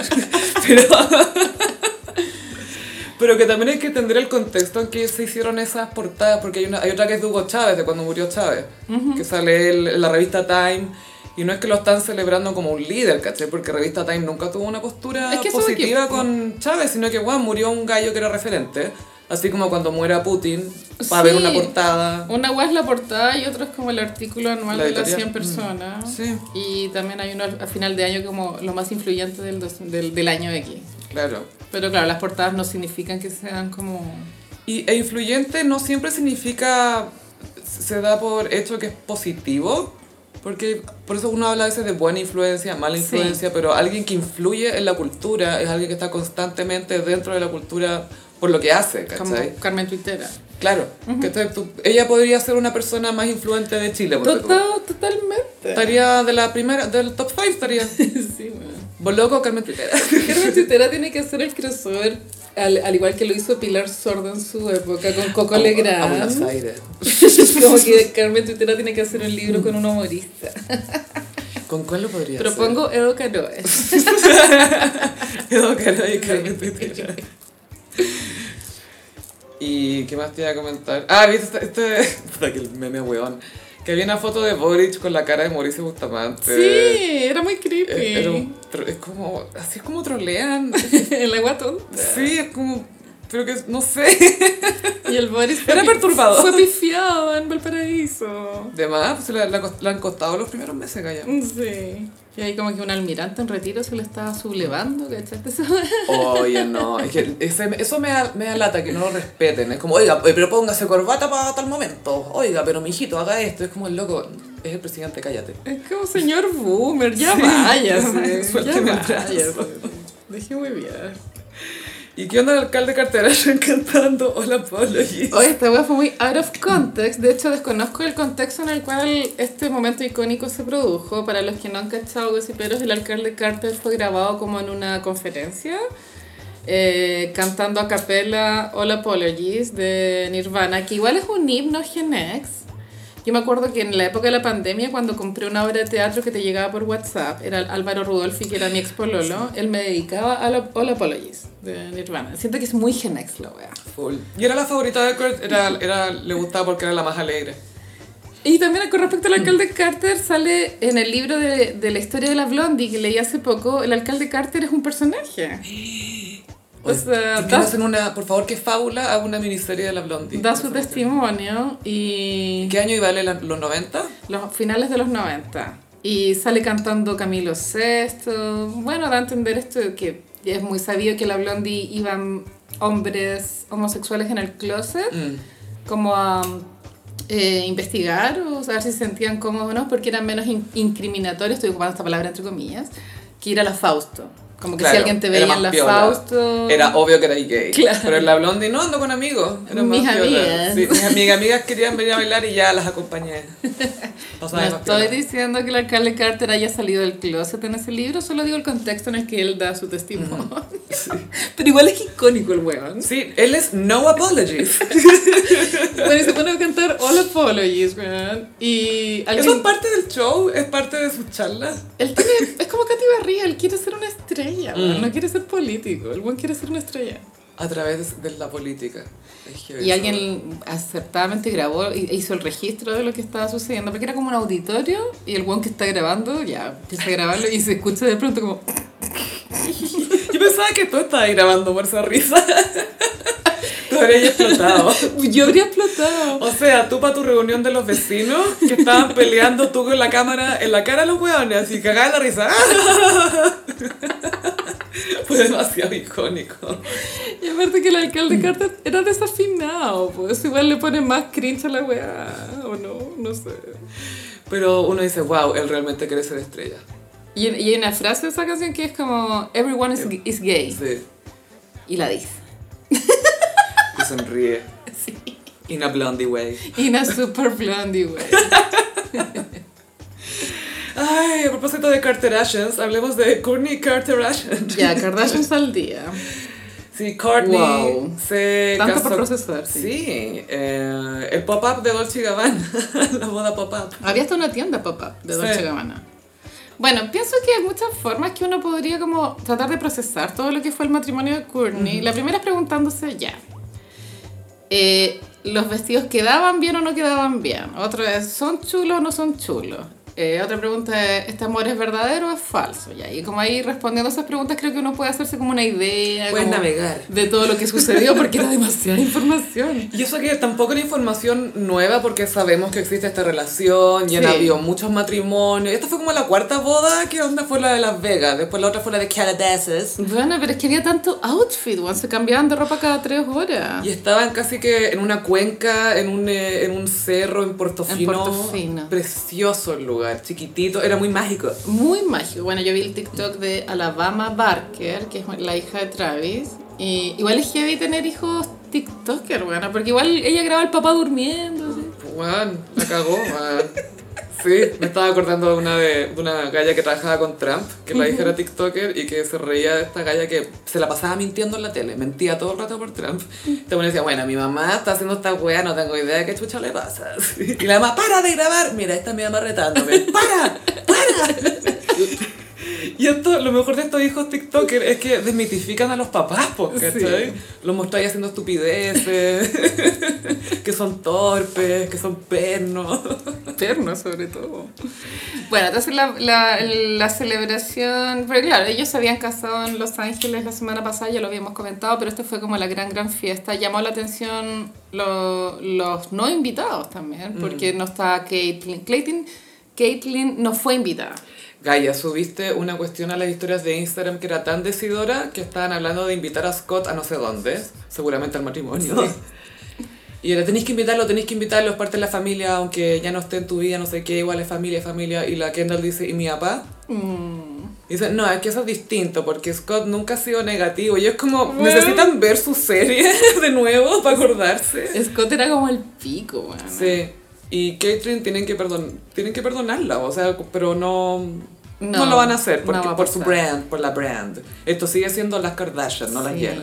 Pero que también hay que entender el contexto en que se hicieron esas portadas, porque hay otra que es de Hugo Chávez, de cuando murió Chávez, que sale en la revista Time, y no es que lo están celebrando como un líder, ¿cachai? Porque revista Time nunca tuvo una postura Es que eso positiva de que- con Chávez, sino que, bueno, murió un gallo que era referente, así como cuando muera Putin, va a haber Sí. una portada. Una web es la portada y otra es como el artículo anual La de las editorial. 100 personas. Sí. Y también hay uno a final de año como lo más influyente del año X. Claro. Pero claro, las portadas no significan que sean como... E influyente no siempre significa, se da por hecho que es positivo, porque por eso uno habla a veces de buena influencia, mala influencia, pero alguien que influye en la cultura es alguien que está constantemente dentro de la cultura por lo que hace, como ¿cachai? Carmen Tuitera. Claro, ¿cachai? Ella podría ser una persona más influente de Chile, porque Totalmente. estaría de la primera, del top 5 estaría. Sí, bueno. Boloco, Carmen Tuitera. Carmen Tuitera tiene que hacer el crossover, al igual que lo hizo Pilar Sordo en su época con Coco A Legrand. Buenos Aires. Como que Carmen Tuitera tiene que hacer un libro con un humorista. ¿Con cuál lo podría Propongo Edo Caroe. Edo Caroe y Carmen Tuitera. ¿Y qué más te iba a comentar? ¿Viste puta, que el meme weón? Que había una foto de Boric con la cara de Mauricio Bustamante. Sí, era muy creepy. Es como, así es como trolean. El agua tonta. Sí, es como, pero que no sé. Y el Boris Era perturbador. Fue pifiado en Valparaíso. De más, pues le han costado los primeros meses, calla. Sí. Y ahí como que un almirante en retiro se le estaba sublevando, ¿cachaste eso? Oye, no, es que eso me da lata, que no lo respeten. Es como, oiga, pero póngase corbata para tal momento. Oiga, pero mijito, haga esto. Es como el loco, es el presidente, cállate. Es como señor boomer, ya Sí, váyase. suélteme el Ya brazo. váyase. Deje muy bien. ¿Y qué onda el alcalde Carteracho cantando Hola Apologies? Oye, esta wea fue muy out of context. De hecho, desconozco el contexto en el cual este momento icónico se produjo. Para los que no han cachado gossiperos, el alcalde Carter fue grabado como en una conferencia cantando a capela All Apologies de Nirvana, que igual es un himno Gen X. Yo me acuerdo que en la época de la pandemia, cuando compré una obra de teatro que te llegaba por WhatsApp, era Álvaro Rudolfi, que era mi ex pololo, él me dedicaba a All Apologies de Nirvana. Siento que es muy Gen X la wea. Full. Y era la favorita de Kurt, le gustaba porque era la más alegre. Y también con respecto al alcalde Carter, sale en el libro de la historia de la Blondie que leí hace poco, el alcalde Carter es un personaje. O sea, ¿Por qué no hacen por favor, qué fábula, haga una miniserie de la Blondie? da su testimonio y ¿Qué año iba los 90? los finales de los 90. Y sale cantando Camilo VI. Bueno, da a entender esto de que es muy sabido que la Blondie iban hombres homosexuales en el closet como a investigar o saber si se sentían cómodos o no, porque eran menos incriminatorios, estoy ocupando esta palabra entre comillas, que ir a la Fausto. Como que Claro, si alguien te era veía más en la piola. Fausto... Era obvio que era gay. Claro. Pero en la Blondie no, ando con amigos. Era más Mis piola. amigas. Sí, mis amigas querían venir a bailar y ya las acompañé. No Pasaba más estoy piola. diciendo que el alcalde Carter haya salido del closet en ese libro, solo digo el contexto en el que él da su testimonio. Pero igual es icónico el weón. Sí, él es No Apologies. Bueno, y se pone a cantar All Apologies, weón. Y Eso es alguien... parte del show, es parte de sus charlas. Él es como Katy Barriga, él quiere ser una estrella, weón. No quiere ser político, el weón quiere ser una estrella. A través de la política. Es que Y eso- alguien acertadamente grabó e hizo el registro de lo que estaba sucediendo, porque era como un auditorio y el weón que está grabando ya empieza a grabarlo y se escucha de pronto como... Yo pensaba que tú estabas grabando por esa risa. Tú Tú habrías explotado. Yo habría explotado. O sea, tú para tu reunión de los vecinos que estaban peleando, tú con la cámara en la cara de los hueones, así cagada la risa. Fue demasiado icónico. Y aparte que el alcalde Carter era desafinado, pues igual le pone más cringe a la weá, o no, no sé. Pero uno dice, wow, él realmente quiere ser estrella. Y hay una frase de esa canción que es como, everyone is gay. Sí. Y la dice. Y sonríe. Sí. In a blondie way. In a super blondie way. Ay, a propósito de Kardashians, hablemos de Kourtney Kardashian. Ya, Kardashians al día. Sí, Kourtney Wow. se Tanto casó. por procesar, sí. Sí, el pop-up de Dolce & Gabbana, la boda pop-up. Había hasta una tienda pop-up de Sí. Dolce & Gabbana. Bueno, pienso que hay muchas formas que uno podría como tratar de procesar todo lo que fue el matrimonio de Kourtney. La primera es preguntándose ya. ¿Los vestidos quedaban bien o no quedaban bien? Otra es, ¿son chulos o no son chulos? Otra pregunta es, ¿este amor es verdadero o es falso? Ya, y como ahí respondiendo a esas preguntas creo que uno puede hacerse como una idea Puedes como navegar. de todo lo que sucedió porque era demasiada información. Y eso que tampoco era información nueva porque sabemos que existe esta relación y han Sí. habido muchos matrimonios. Esta fue como la cuarta boda, que onda fue la de Las Vegas, después la otra fue la de Calabasas. Bueno, pero es que había tanto outfit, bueno, se cambiaban de ropa cada 3 horas. Y estaban casi que en una cuenca, en un cerro en Portofino. En Portofino. Precioso el lugar, chiquitito, era muy mágico. Muy mágico. Bueno, yo vi el TikTok de Alabama Barker, que es la hija de Travis. Y igual es heavy tener hijos TikToker, bueno, porque igual ella graba al papá durmiendo. ¿Sí? Juan, la cagó, man. Sí, me estaba acordando de una galla que trabajaba con Trump, que la hija era TikToker y que se reía de esta galla que se la pasaba mintiendo en la tele, mentía todo el rato por Trump. Te decía, bueno, mi mamá está haciendo esta wea, no tengo idea de qué chucha le pasa. Y la mamá, para de grabar, mira, esta es mi mamá retándome, para. Y esto, lo mejor de estos hijos TikToker es que desmitifican a los papás, ¿cachai? Sí. Los mostráis haciendo estupideces, que son torpes, que son pernos. Perno, sobre todo. Bueno, entonces la celebración... Pero claro, ellos se habían casado en Los Ángeles la semana pasada, ya lo habíamos comentado, pero esta fue como la gran fiesta. Llamó la atención los no invitados también, porque no estaba Caitlyn no fue invitada. Gaia, subiste una cuestión a las historias de Instagram que era tan decidora que estaban hablando de invitar a Scott a no sé dónde, seguramente al matrimonio. Sí. Y era, tenéis que invitarlo, es parte de la familia, aunque ya no esté en tu vida, no sé qué, igual es familia. Y la Kendall dice, ¿y mi papá? Y dice, no, es que eso es distinto, porque Scott nunca ha sido negativo. Y es como, necesitan ver su serie de nuevo para acordarse. Scott era como el pico, bueno. Sí. Y Caitlyn tienen que perdonarla, o sea, pero no lo van a hacer porque, no por su brand, por la brand. Esto sigue siendo las Kardashian, no las Jenner.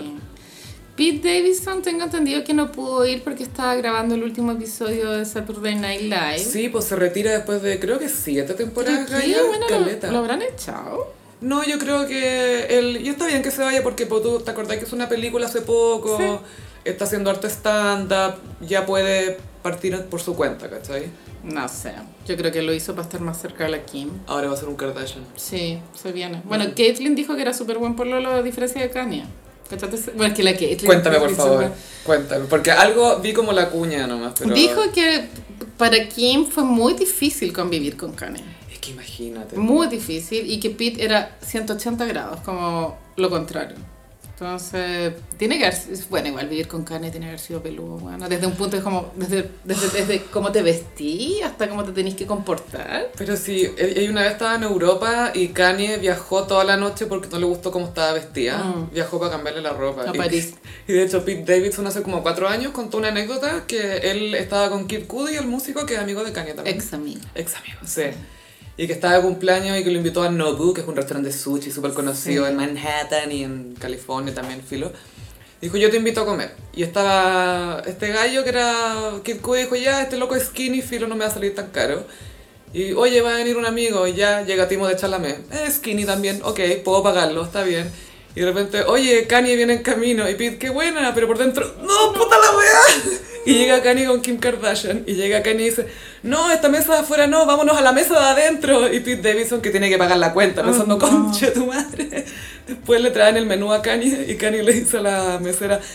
Pete Davidson, tengo entendido que no pudo ir porque estaba grabando el último episodio de Saturday Night Live. Sí, pues se retira después de creo que 7 temporadas. Bueno, caleta. ¿lo habrán echado? No, yo creo que y está bien que se vaya porque pues, tú te acordás que es una película hace poco, sí. Está haciendo arte stand-up, ya puede partir por su cuenta, ¿cachai? No sé, yo creo que lo hizo para estar más cerca de la Kim. Ahora va a ser un Kardashian. Sí, se viene. Bueno, Caitlyn dijo que era súper buen por lo a diferencia de Kanye. Bueno, es que la Caitlyn... Cuéntame, por favor, cuéntame, porque algo vi como la cuña nomás, pero... Dijo que para Kim fue muy difícil convivir con Kanye. Es que imagínate. Muy difícil, y que Pete era 180 grados, como lo contrario. Entonces, tiene que haber... Bueno, igual vivir con Kanye tiene que haber sido peludo, bueno, desde un punto de como... Desde cómo te vestí hasta cómo te tenés que comportar. Pero sí, ella una vez estaba en Europa y Kanye viajó toda la noche porque no le gustó cómo estaba vestida. Viajó para cambiarle la ropa. A París. Y de hecho Pete Davidson hace como 4 años contó una anécdota que él estaba con Kid Cudi, el músico que es amigo de Kanye también. Ex amigo, sí. Y que estaba de cumpleaños y que lo invitó a Nobu, que es un restaurante de sushi súper conocido en Manhattan y en California también, filo. Dijo, yo te invito a comer. Y estaba este gallo que era Kid Cudi, dijo, ya, este loco es skinny, filo, no me va a salir tan caro. Y, oye, va a venir un amigo, y ya llega Timo de Chalamet. Skinny también, ok, puedo pagarlo, está bien. Y de repente, oye, Kanye viene en camino. Y Pete, qué buena, pero por dentro, no, puta la weá. Y llega Kanye con Kim Kardashian. Y llega Kanye y dice, no, esta mesa de afuera no, vámonos a la mesa de adentro. Y Pete Davidson, que tiene que pagar la cuenta, pensando, conche tu madre. Después le traen el menú a Kanye y Kanye le dice a la mesera,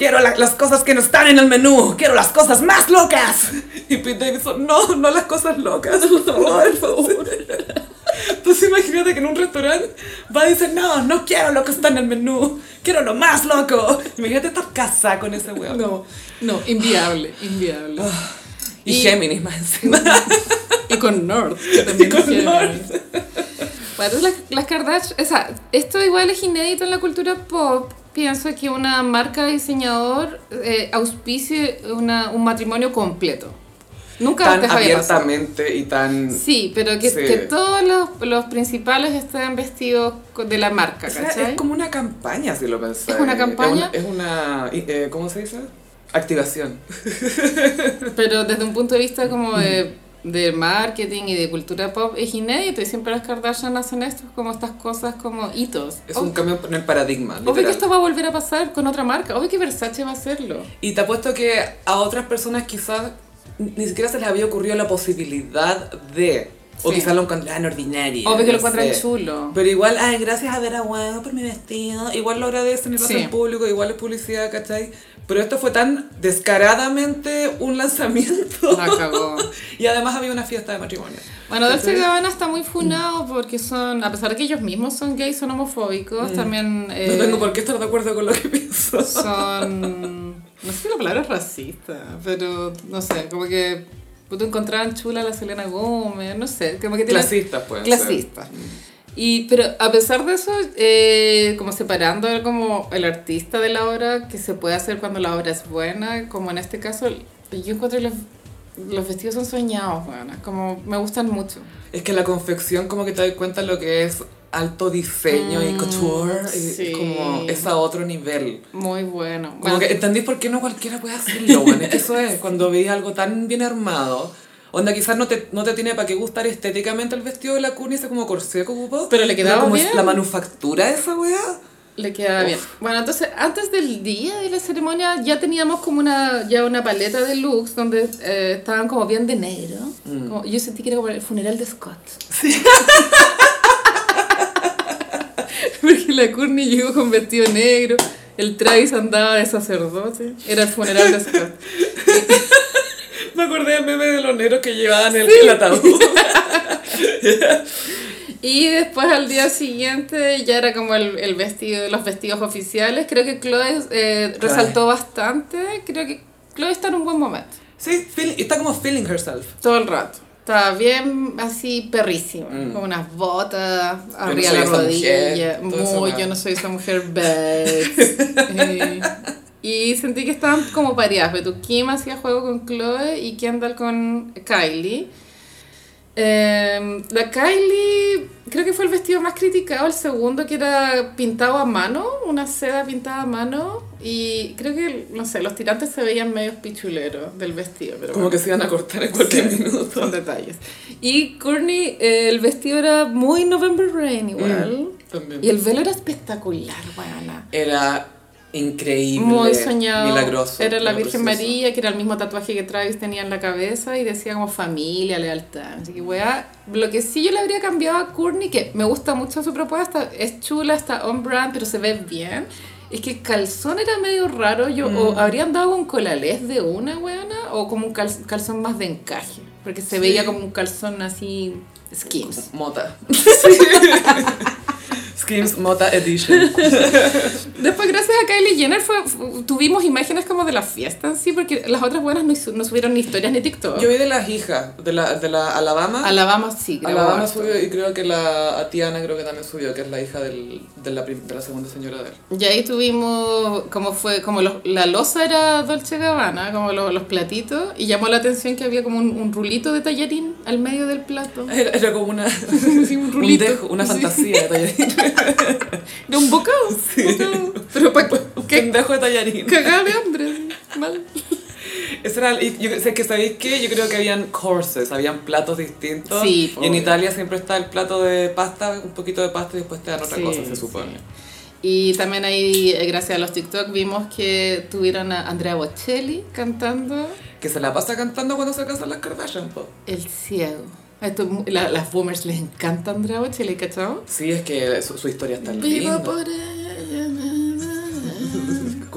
quiero las cosas que no están en el menú, quiero las cosas más locas. Y Pete Davidson, no las cosas locas, por favor. Entonces imagínate que en un restaurante va y dice, no quiero lo que está en el menú, quiero lo más loco. Imagínate estar casada con ese weón. No, inviable. Y Géminis más encima. Y con North, que también Y con es Géminis. North. Bueno, entonces las Kardashian, o sea, esto igual es inédito en la cultura pop. Pienso que una marca de diseñador auspicie un matrimonio completo. Nunca Tan antes había pasado. abiertamente y tan... Sí, pero que todos los principales estén vestidos de la marca, O sea, ¿cachai? es como una campaña, si lo pensáis. ¿Es una campaña? Es una ¿cómo se dice? Activación. Pero desde un punto de vista como de marketing y de cultura pop es inédito y siempre las Kardashian hacen esto, como estas cosas como hitos. Es un cambio en el paradigma, Obvio que literal. esto va a volver a pasar con otra marca, obvio que Versace va a hacerlo. Y te apuesto que a otras personas quizás ni siquiera se les había ocurrido la posibilidad de... O Sí. quizás lo encontraran ordinario. Obvio que lo no encuentran sé. chulo. Pero igual, gracias a ver a Huevo por mi vestido. Igual lo agradecen y lo Sí. hacen público, igual es publicidad, ¿cachai? Pero esto fue tan descaradamente un lanzamiento. La cagó. Y además había una fiesta de matrimonio. Bueno, Dolce ¿Cachai? Gabbana está muy funado porque son, a pesar de que ellos mismos son gays, son homofóbicos, también No tengo por qué estar de acuerdo con lo que pienso. son, no sé si la palabra es racista, pero no sé, como que puto encontraban chula a la Selena Gómez, no sé, como que tienen- Clasistas, pues. clasistas. Pero a pesar de eso, como separando como el artista de la obra, que se puede hacer cuando la obra es buena, como en este caso, yo encuentro que los vestidos son soñados, bueno, como me gustan mucho. Es que la confección como que te das cuenta lo que es alto diseño y couture. Y sí. es como es a otro nivel. Muy bueno. Como Bueno, que entendís por qué no cualquiera puede hacerlo, bueno. Es que eso es, cuando veis algo tan bien armado. Onda, quizás no te tiene para qué gustar estéticamente el vestido de la Courtney, ese como corsé que ocupó. Pero le quedaba como bien. es la manufactura de esa weá. le queda bien. Bueno, entonces antes del día de la ceremonia ya teníamos como una paleta de looks donde estaban como bien de negro. Como, yo sentí que era como el funeral de Scott. Porque la Courtney llegó con vestido negro, el Travis andaba de sacerdote, era el funeral de Scott. Me acordé del meme de los negros que llevaban el ataúd. Y después al día siguiente ya era como el vestido, los vestidos oficiales. Creo que Chloe resaltó bastante. Creo que Chloe está en un buen momento. Sí, está como feeling herself. Todo el rato. Estaba bien así perrísima. Con unas botas arriba de la soy esa rodilla. mujer, todo eso, Muy, ¿no? yo no soy esa mujer bad. Y sentí que estaban como pareadas. Pero Kim hacía juego con Chloe y Kendall con Kylie. La Kylie creo que fue el vestido más criticado, el segundo que era pintado a mano, una seda pintada a mano, y creo que, no sé, los tirantes se veían medio pichuleros del vestido, pero Como bueno, que se iban a cortar en cualquier minuto. son detalles. Y Courtney, el vestido era muy November Rain igual, También. y el velo era espectacular, buena. Era increíble. Muy soñado. Milagroso. Era la era Virgen precioso. María, que era el mismo tatuaje que Travis tenía en la cabeza y decía como familia, lealtad. Así que weá, lo que sí yo le habría cambiado a Courtney, que me gusta mucho su propuesta, es chula, está on brand, pero se ve bien. Es que el calzón era medio raro, o habrían dado con colalés de una weona, o como un calzón más de encaje, porque se veía como un calzón así, Skims. Mota. Skims Mota Edition. Después, gracias a Kylie Jenner, tuvimos imágenes como de la fiesta en sí, porque las otras buenas no subieron ni historias ni TikTok. Yo vi de las hijas, de la Alabama. Alabama sí, creo. Alabama subió y creo que a Tiana creo que también subió, que es la hija de la segunda señora de él. Y ahí tuvimos, la loza era Dolce Gabbana, como los platitos, y llamó la atención que había como un rulito de tallarín al medio del plato. Era como Sí, un rulito. una Sí. fantasía de tallarín. De un bocado. Bocado. Pero para Un pendejo de tallarín. cagar de hambre. Sí, mal. Ese era, y yo sé que sabéis qué, yo creo que habían courses, habían platos distintos. Sí, y en obvio. Italia siempre está el plato de pasta, un poquito de pasta y después te dan otra Sí, cosa, se supone. sí. Y también ahí, gracias a los TikTok, vimos que tuvieron a Andrea Bocelli cantando Que se la pasa cantando cuando se casan las Kardashian, po. El Ciego. Las boomers les encanta Andrea Bocelli, ¿cachao? Sí, es que su historia está Vivo linda. por ella. Como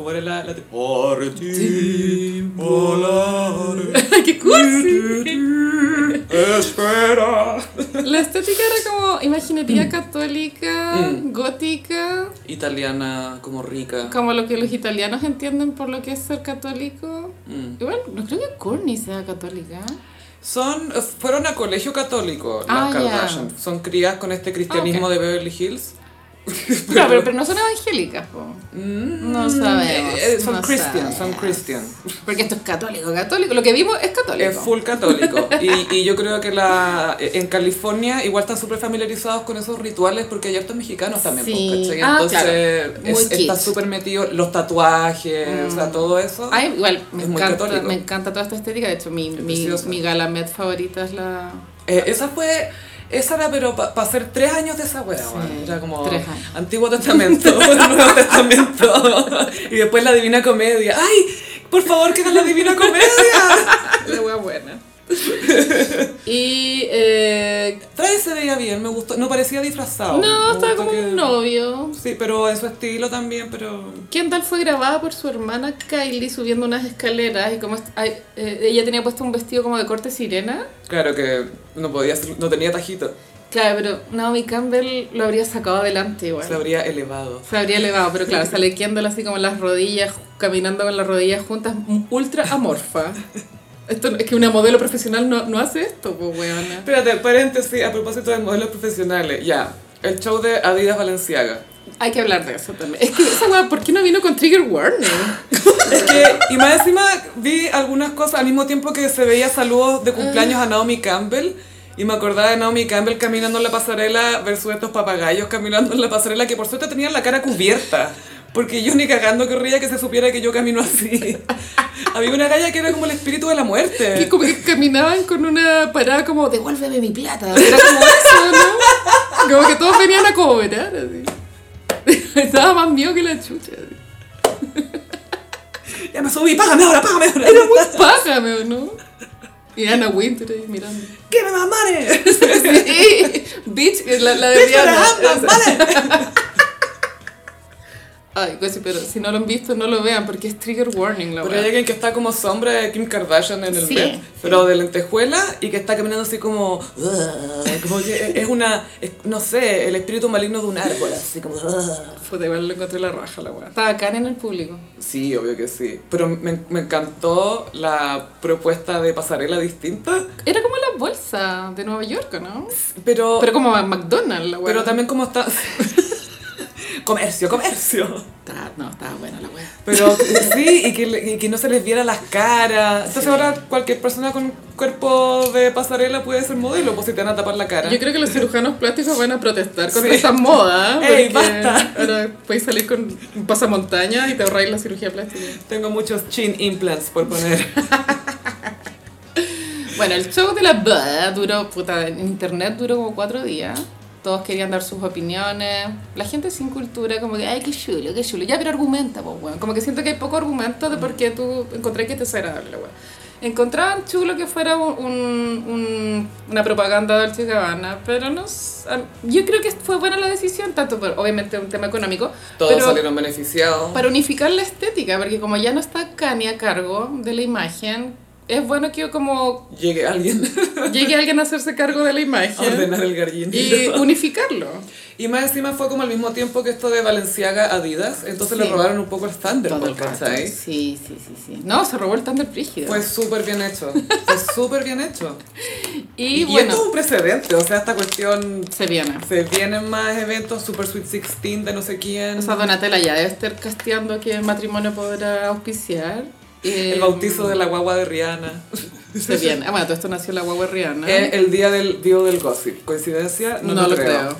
¿Cómo era la por ti volaré. ¡Qué cursi! Espera. La estética era como imaginería católica, gótica, Italiana, como rica. como lo que los italianos entienden por lo que es ser católico. Igual, no creo que Courtney sea católica. Fueron a colegio católico Ah, las ya. Kardashian. Son crías con este cristianismo Ah, ok. de Beverly Hills. Claro, pero no son evangélicas, po. No sabemos. Son no Christian, sabemos. son Christian. Porque esto es católico, católico. Lo que vimos es católico. Es full católico. Y yo creo que en California igual están súper familiarizados con esos rituales porque hay hartos mexicanos también. Sí. pues, ¿cachai? Ah, Entonces claro. Muy está kitsch. súper metido los tatuajes, o sea, todo eso. Ay, igual, me Es muy católico. encanta toda esta estética. De hecho, precioso. mi gala Met favorita es la... Esa era, pero para hacer 3 años de esa wea, Sí, weón. Era como 3 años. Antiguo Testamento, Nuevo Testamento. Y después la Divina Comedia. ¡Ay! Por favor, que hagan la Divina Comedia. La wea buena. Y... Trae se veía bien, me gustó. No parecía disfrazado. no, Me estaba gustó como que- un novio. Sí, pero en su estilo también, pero... Kendall fue grabada por su hermana Kylie subiendo unas escaleras y como ella tenía puesto un vestido como de corte sirena. Claro que no tenía tajito. Claro, pero Naomi Campbell lo habría sacado adelante igual. Se habría elevado. Se habría elevado, pero claro, sale Kendall así como en las rodillas, caminando con las rodillas juntas, ultra amorfa. Esto es que una modelo profesional no hace esto, pues weona. Espérate, paréntesis, a propósito de modelos profesionales. Ya, el show de Adidas Balenciaga. Hay que hablar de eso también. Es que esa weá, ¿por qué no vino con Trigger Warning? Es que, y más encima vi algunas cosas al mismo tiempo que se veía saludos de cumpleaños a Naomi Campbell. Y me acordaba de Naomi Campbell caminando en la pasarela versus estos papagayos caminando en la pasarela que por suerte tenían la cara cubierta. Porque yo ni cagando querría que se supiera que yo camino así. Había una galla que era como el espíritu de la Que muerte. como que caminaban con una parada como, devuélveme mi plata. Era como eso, ¿no? Como que todos venían a cobrar, así. Estaba más mío que la chucha. Así. Ya me subí, págame ahora, págame ahora. Era muy pájame, ¿no? Y Anna Winter ahí mirando. ¡Give me my money! Sí, bitch, la de Bitch, Rihanna. but I have my money. Ay, pues sí, pero si no lo han visto, no lo vean, porque es trigger warning la Pero weá. hay alguien que está como sombra de Kim Kardashian en el Sí, Met, sí. pero de lentejuela y que está caminando así como que es no sé, el espíritu maligno de un árbol, así como... Puta, igual lo encontré la raja la weá. Estaba bacán en el público. Sí, obvio que sí. Pero me encantó la propuesta de pasarela distinta, Era como la bolsa de Nueva York, ¿no? pero Pero como McDonald's la weá. pero también como está... comercio. Estaba buena la weá. Pero sí, y que no se les viera las caras. Entonces Sí. ahora cualquier persona con cuerpo de pasarela puede ser modelo, pues si te van a tapar la cara. Yo creo que los cirujanos plásticos van a protestar contra Sí. esta moda. Ey, porque basta. Ahora puedes salir con un pasamontaña y te ahorráis la cirugía plástica. Tengo muchos chin implants por poner. Bueno, el show de la boda duró, puta, en internet duró como 4 días. Todos querían dar sus opiniones. La gente sin cultura, como que, ay, qué chulo. Ya, pero argumenta, pues, weón. Como que siento que hay poco argumento de por qué tú encontré que te es agradable, la weón. Encontraban chulo que fuera una propaganda de Dolce & Gabbana, pero no sé, yo creo que fue buena la decisión, tanto por, obviamente, un tema económico, Todos pero salieron beneficiados. para unificar la estética, porque como ya no está Kanye a cargo de la imagen, es bueno que como Llegue alguien llegue alguien a hacerse cargo de la a imagen ordenar el y gallinero. unificarlo. Y más encima fue como al mismo tiempo que esto de Balenciaga Adidas, entonces Sí. le robaron un poco el Todo el Thunderbolt, rato. ¿cachai? Sí. No, se robó el Thunder Brígido. Fue súper bien hecho. y Y bueno, esto es un precedente, o sea, esta cuestión... se viene. Se vienen más eventos, Super Sweet 16 de no sé quién. O sea, Donatella ya debe estar casteando que el matrimonio podrá auspiciar. El bautizo de la guagua de Rihanna. Se viene. Ah, bueno, todo esto nació la guagua Rihanna. El día del Dio del Gossip. ¿Coincidencia? No lo creo.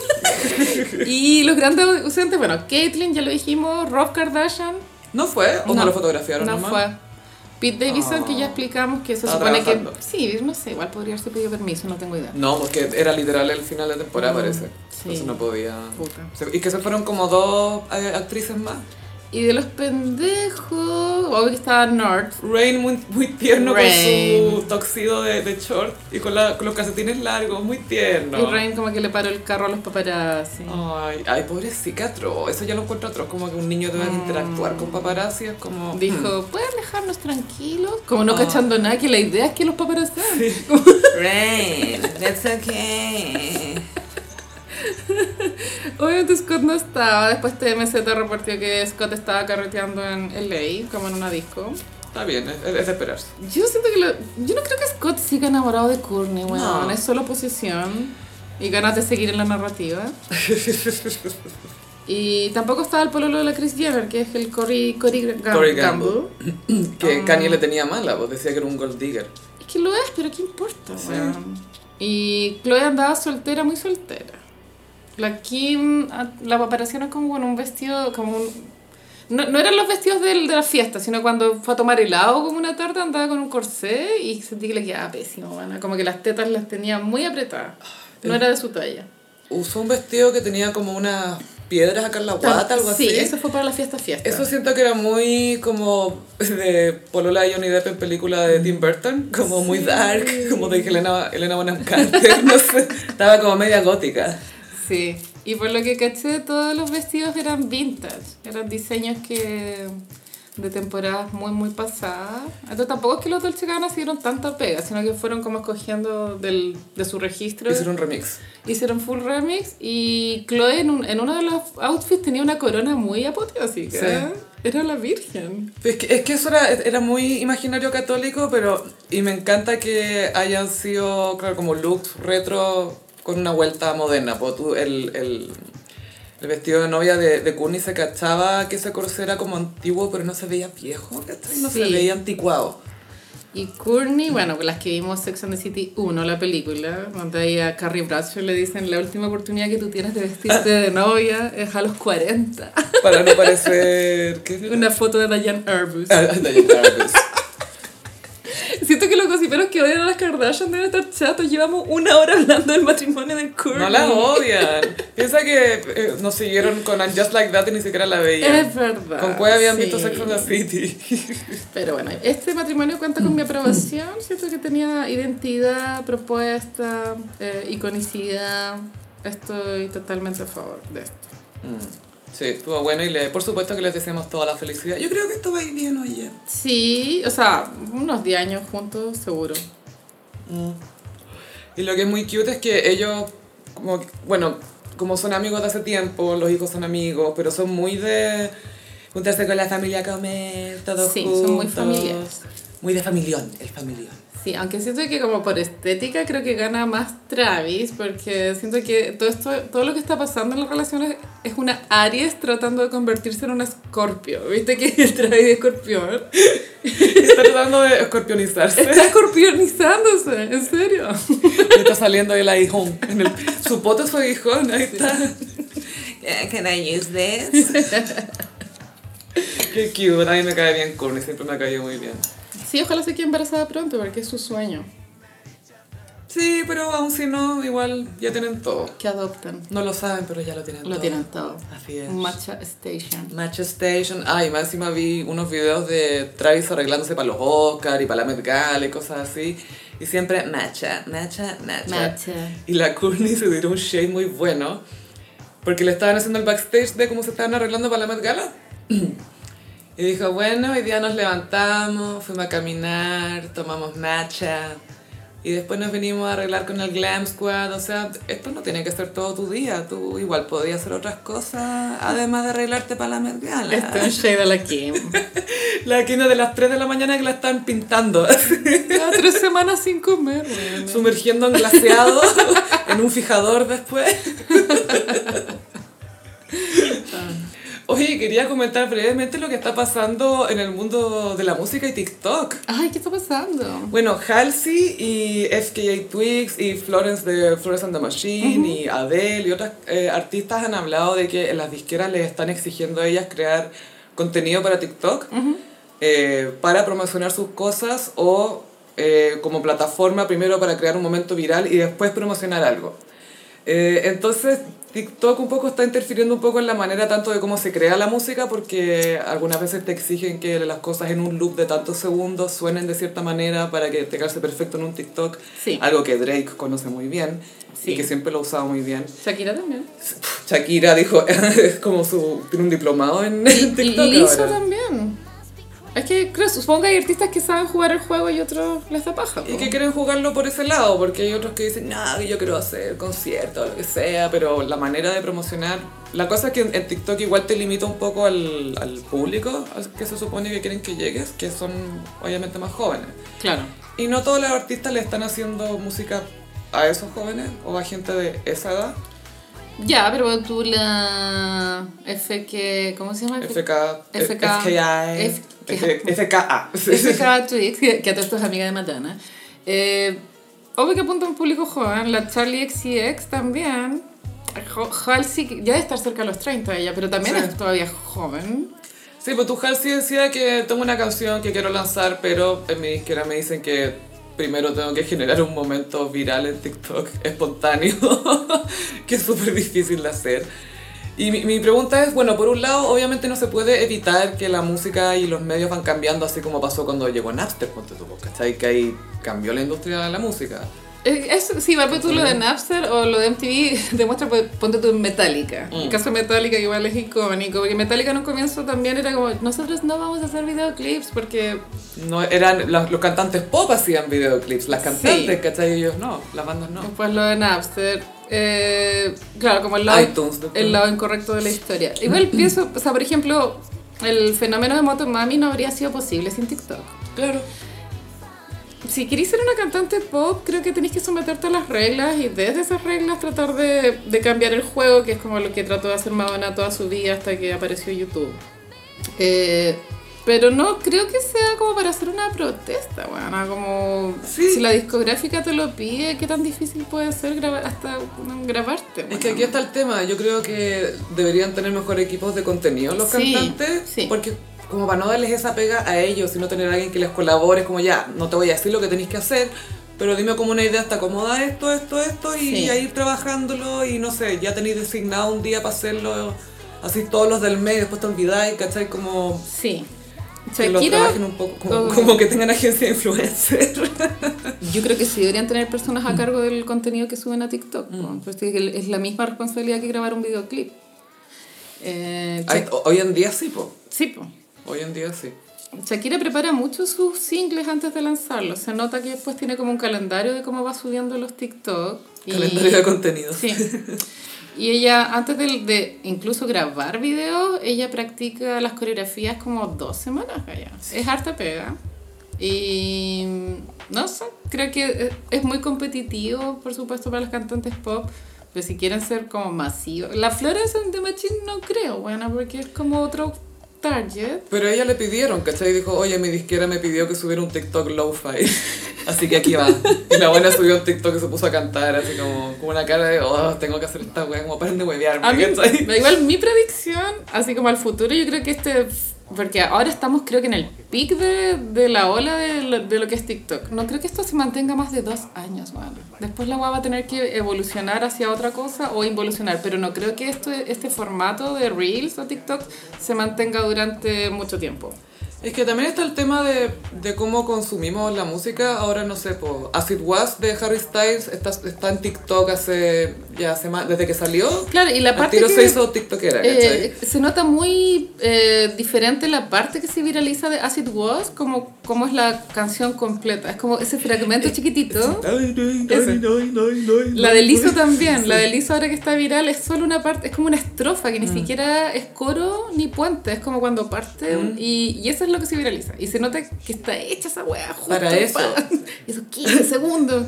Y los grandes ausentes, bueno, Caitlyn, ya lo dijimos, Rob Kardashian. ¿No fue? ¿O no lo fotografiaron No nomás? fue. Pete Davidson, Oh. que ya explicamos que se Estaba supone trabajando. que... Sí, no sé, igual podría haberse pedido permiso, no tengo idea. No, porque era literal el final de temporada, parece. Sí. Entonces no podía... Puta. Y que se fueron como 2 actrices más. Y de los pendejos, obvio que estaba North. Rain muy, muy tierno Rain. con su toxido de short y con los calcetines largos, muy tierno. Y Rain como que le paró el carro a los paparazzi. Ay, pobrecita, atroz. Eso ya lo encuentro atroz, como que un niño tenga que interactuar con paparazzi, es como... Dijo, ¿pueden dejarnos tranquilos? Como no cachando nada, que la idea es que los paparazzi... Rain, that's okay. Obviamente Scott no estaba, después TMZ reportó que Scott estaba carreteando en LA, como en una disco. Está bien, es de esperarse. Yo siento que yo no creo que Scott siga enamorado de Courtney, weón. No. Es solo posesión y ganas de seguir en la narrativa. Y tampoco estaba el pololo de la Kris Jenner, que es el Corey Gamble. Que Kanye le tenía mala, pues decía que era un gold digger. Es que lo es, pero ¿qué importa, Sí. weón? Y Chloe andaba soltera, muy soltera. La Kim la aparecieron como con un vestido, como un... No eran los vestidos de la fiesta, sino cuando fue a tomar helado como una tarde andaba con un corsé y sentí que le quedaba pésimo, bueno, como que las tetas las tenía muy apretadas. No era de su talla. Usó un vestido que tenía como unas piedras acá en la guata, algo así. Sí, eso fue para la fiesta. Eso siento que era muy como de polola de Johnny Depp en película de Tim Burton, como muy dark, como de Helena Bonham Carter, no sé, estaba como media gótica. Sí, y por lo que caché, todos los vestidos eran vintage, eran diseños que de temporadas muy, muy pasadas. Entonces tampoco es que los Dolce Gabbana hicieron tanta pega, sino que fueron como escogiendo de su registro. Hicieron un remix. Hicieron full remix y Chloe en uno de los outfits tenía una corona muy apoteósica. Sí. Era la virgen. Es que eso era muy imaginario católico, pero... Y me encanta que hayan sido, claro, como looks retro con una vuelta moderna. Pues tú, el vestido de novia de Courtney se cachaba que ese corsé era como antiguo, pero no se veía viejo, ¿cachai? No se Sí. veía anticuado. Y Courtney, bueno, las que vimos Sex and the City 1, la película, donde ahí a Carrie Bradshaw le dicen la última oportunidad que tú tienes de vestirte de novia es a los 40. Para no parecer... ¿qué? Una foto de Diane Arbus. Diane Arbus. Siento que los gossiperos que odian a las Kardashian deben estar chatos. Llevamos 1 hora hablando del matrimonio de Courtney. No la odian. Piensa que nos siguieron con And Just Like That y ni siquiera la veían. Es verdad. ¿Con cuál habían sí. visto Sex and the City? Pero bueno, este matrimonio cuenta con mi aprobación. Siento que tenía identidad, propuesta, iconicidad. Estoy totalmente a favor de esto. Sí, estuvo bueno y por supuesto que les deseamos toda la felicidad. Yo creo que esto va a ir bien, oye. Sí, o sea, unos 10 años juntos, seguro. Y lo que es muy cute es que ellos, como son amigos de hace tiempo, los hijos son amigos, pero son muy de juntarse con la familia a comer, todos Sí, juntos. son muy familiares. Muy de familión, el familión. Sí, aunque siento que como por estética creo que gana más Travis, porque siento que todo lo que está pasando en las relaciones es una Aries tratando de convertirse en una Scorpio. ¿Viste que el Travis es escorpión? Está tratando de escorpionizarse. Está escorpionizándose, en serio. Está saliendo el aguijón. Su poto es su aguijón, ahí está. Can I use this? Qué cute, a mí me cae bien Courtney, siempre me ha caído muy bien. Sí, ojalá se quede embarazada pronto, porque es su sueño. Sí, pero aún si no, igual ya tienen todo. Que adoptan. No lo saben, pero ya lo tienen todo. Lo tienen todo. Así es. Matcha Station. Matcha Station. Ay, más encima vi unos videos de Travis arreglándose para los Oscar y para la Met Gala y cosas así. Y siempre matcha. Matcha. Y la Courtney se dio un shade muy bueno. Porque le estaban haciendo el backstage de cómo se estaban arreglando para la Met Gala. Y dijo, bueno, hoy día nos levantamos, fuimos a caminar, tomamos matcha. Y después nos venimos a arreglar con el Glam Squad. O sea, esto no tiene que ser todo tu día. Tú igual podías hacer otras cosas, además de arreglarte para la Met Gala. Esto es un shade a la Kim. La quina de las 3 de la mañana que la están pintando. Lleva 3 semanas sin comer. Bueno. Sumergiendo en glaseado, en un fijador después. Oye, quería comentar brevemente lo que está pasando en el mundo de la música y TikTok. Ay, ¿qué está pasando? Bueno, Halsey y FKA Twigs y Florence de Florence and the Machine y Adele y otras artistas han hablado de que las disqueras les están exigiendo a ellas crear contenido para TikTok para promocionar sus cosas o como plataforma primero para crear un momento viral y después promocionar algo. Entonces, TikTok un poco está interfiriendo un poco en la manera tanto de cómo se crea la música, porque algunas veces te exigen que las cosas en un loop de tantos segundos suenen de cierta manera para que te calce perfecto en un TikTok. Sí. Algo que Drake conoce muy bien Sí. y que siempre lo ha usado muy bien. Shakira también. Shakira dijo, es como tiene un diplomado en TikTok Lizzo ahora. también. Es que creo, supongo que hay artistas que saben jugar el juego y otros les da paja. Y po. que quieren jugarlo por ese lado, porque hay otros que dicen, no, yo quiero hacer conciertos, lo que sea, pero la manera de promocionar... La cosa es que en TikTok igual te limita un poco al público al que se supone que quieren que llegues, que son obviamente más jóvenes. Claro. Y no todos los artistas le están haciendo música a esos jóvenes o a gente de esa edad. Ya, pero tú la FK... ¿Cómo se llama? FKA. FK Twix, que a todos esto es amiga de Matana. Obvio que apunta a un público joven. La Charlie XCX también. Halsey ya debe estar cerca de los 30 ella, pero también Sí. es todavía joven. Sí, pues tu Halsey decía que tengo una canción que quiero lanzar, pero en mi disquera me dicen que primero tengo que generar un momento viral en TikTok, espontáneo, que es súper difícil de hacer. Y mi pregunta es, bueno, por un lado, obviamente no se puede evitar que la música y los medios van cambiando, así como pasó cuando llegó Napster, ponte tú, ¿cachai? Que ahí cambió la industria de la música. Sí, va, pero tú lo de Napster o lo de MTV demuestra, pues, ponte tú en Metallica. El caso de Metallica igual es icónico, porque Metallica en un comienzo también era como, nosotros no vamos a hacer videoclips porque... No, eran los cantantes pop hacían videoclips, las cantantes, Sí. ¿cachai? Ellos no, las bandas no. Después lo de Napster, claro, como el lado iTunes, incorrecto de la historia. Igual pienso, o sea, por ejemplo, el fenómeno de Motomami no habría sido posible sin TikTok. Claro. Si queréis ser una cantante pop, creo que tenéis que someterte a las reglas y desde esas reglas tratar de cambiar el juego, que es como lo que trató de hacer Madonna toda su vida hasta que apareció YouTube. Pero no creo que sea como para hacer una protesta, bueno, como Sí. si la discográfica te lo pide, ¿qué tan difícil puede ser grabarte? Es que aquí está el tema, yo creo que deberían tener mejor equipos de contenido los Sí, cantantes, sí. porque como para no darles esa pega a ellos, sino tener a alguien que les colabore, como ya, no te voy a decir lo que tenéis que hacer, pero dime como una idea, hasta acomoda esto, y Sí. a ir trabajándolo, y no sé, ya tenéis designado un día para hacerlo, así todos los del mes, después te olvidáis, ¿cachai? Como Sí. que los Shakira, trabajen un poco, como que tengan agencia de influencer. yo creo que sí deberían tener personas a cargo del contenido que suben a TikTok. ¿No? Pues es la misma responsabilidad que grabar un videoclip. Hoy en día sí, po. Sí, pues. Hoy en día sí. Shakira prepara mucho sus singles antes de lanzarlos. Se nota que después tiene como un calendario de cómo va subiendo los TikTok. Calendario de contenido. Sí. Y ella, antes de incluso grabar videos, ella practica las coreografías como 2 semanas allá. Es harta pega. Y no sé, creo que es muy competitivo, por supuesto, para los cantantes pop. Pero si quieren ser como masivos. La Flores and the Machine no creo, bueno, porque es como otro target. Pero a ella le pidieron, ¿cachai? Dijo, oye, mi disquera me pidió que subiera un TikTok lo-fi. Así que aquí va. Y la buena subió un TikTok y se puso a cantar, así como una cara de, oh, tengo que hacer esta wea, como paren de huevearme, A mí, ¿cachai? igual mi predicción, así como al futuro, yo creo que porque ahora estamos creo que en el pic de la ola de lo que es TikTok. No creo que esto se mantenga más de 2 años, man. Después la web va a tener que evolucionar hacia otra cosa o involucionar, pero no creo que este formato de Reels o TikTok se mantenga durante mucho tiempo. Es que también está el tema de cómo consumimos la música. Ahora, no sé, As It Was de Harry Styles está en TikTok desde que salió. Claro, y la Al parte tiro que se hizo tiktokera, ¿cachai? se nota muy diferente la parte que se viraliza de As It Was, como es la canción completa. Es como ese fragmento chiquitito. La de Lizzo también. La de Lizzo ahora que está viral es solo una parte, es como una estrofa que ni siquiera es coro ni puente. Es como cuando parte y eso es lo que se viraliza. Y se nota que está hecha esa wea justo Para eso. Esos 15 segundos.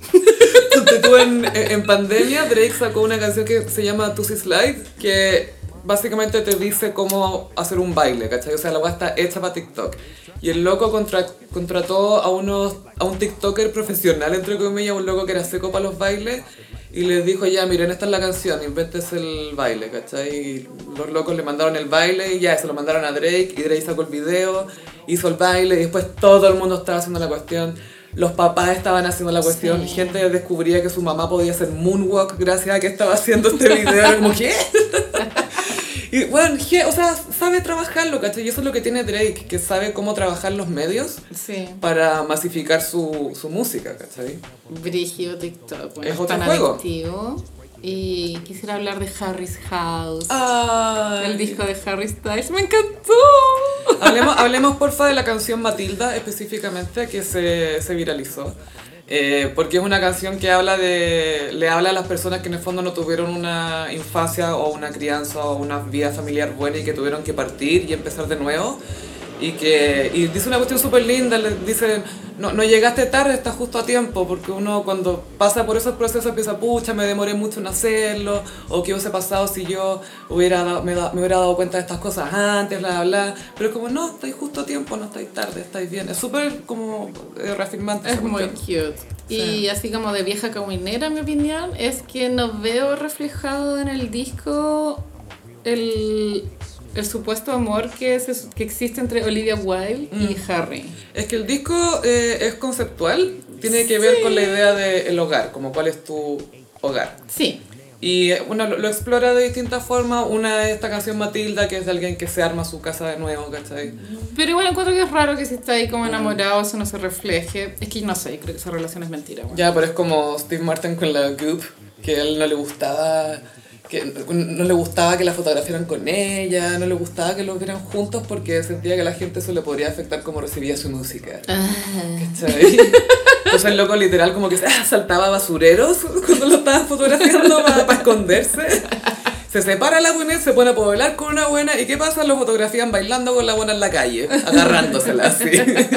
Tú en pandemia, Drake sacó una canción que se llama Tusi Slide, que básicamente te dice cómo hacer un baile, ¿cachai? O sea, la weá está hecha para TikTok. Y el loco contrató a un TikToker profesional, entre comillas, un loco que era seco para los bailes, y les dijo, ya, miren, esta es la canción, invéntese el baile, ¿cachai? Y los locos le mandaron el baile y ya, se lo mandaron a Drake, y Drake sacó el video, hizo el baile, y después todo el mundo estaba haciendo la cuestión. los papás estaban haciendo la cuestión, Sí. gente descubría que su mamá podía hacer moonwalk gracias a que estaba haciendo este video, era como, ¿qué? Y bueno, o sea, sabe trabajarlo, ¿cachai? Y eso es lo que tiene Drake, que sabe cómo trabajar los medios Sí. para masificar su música, ¿cachai? Brígido TikTok. Bueno, Es es otro tan juego. adictivo. Y quisiera hablar de Harry's House. Ay. El disco de Harry Styles. ¡Me encantó! Hablemos porfa de la canción Matilda específicamente que se viralizó. Porque es una canción que le habla a las personas que en el fondo no tuvieron una infancia o una crianza o una vida familiar buena y que tuvieron que partir y empezar de nuevo. Y dice una cuestión súper linda, le dicen, no llegaste tarde, estás justo a tiempo, porque uno cuando pasa por esos procesos piensa, pucha, me demoré mucho en hacerlo, o qué hubiese pasado si yo me hubiera dado cuenta de estas cosas antes, bla, bla, bla. Pero como, no, estáis justo a tiempo, no estáis tarde, estáis bien. Es súper como reafirmante. Es esa muy cuestión. cute. Y así como de vieja caminera, en mi opinión, es que no veo reflejado en el disco el supuesto amor que existe entre Olivia Wilde y Harry. Es que el disco es conceptual, tiene que ver con la idea del hogar, como cuál es tu hogar. Sí. Y bueno, lo explora de distintas formas. Una es esta canción Matilda, que es de alguien que se arma su casa de nuevo, ¿cachai? Pero igual encuentro que es raro que si está ahí como enamorado eso no se refleje. Es que no sé, creo que esa relación es mentira. Bueno. Ya, pero es como Steve Martin con la Goop, que a él no le gustaba que la fotografiaran con ella, no le gustaba que lo vieran juntos porque sentía que la gente eso le podría afectar como recibía su música. ¿Cachai? Entonces el loco literal como que saltaba basureros cuando lo estaban fotografiando para esconderse. Se separa la buena, se pone a bailar con una buena y ¿qué pasa? Lo fotografían bailando con la buena en la calle, agarrándosela así.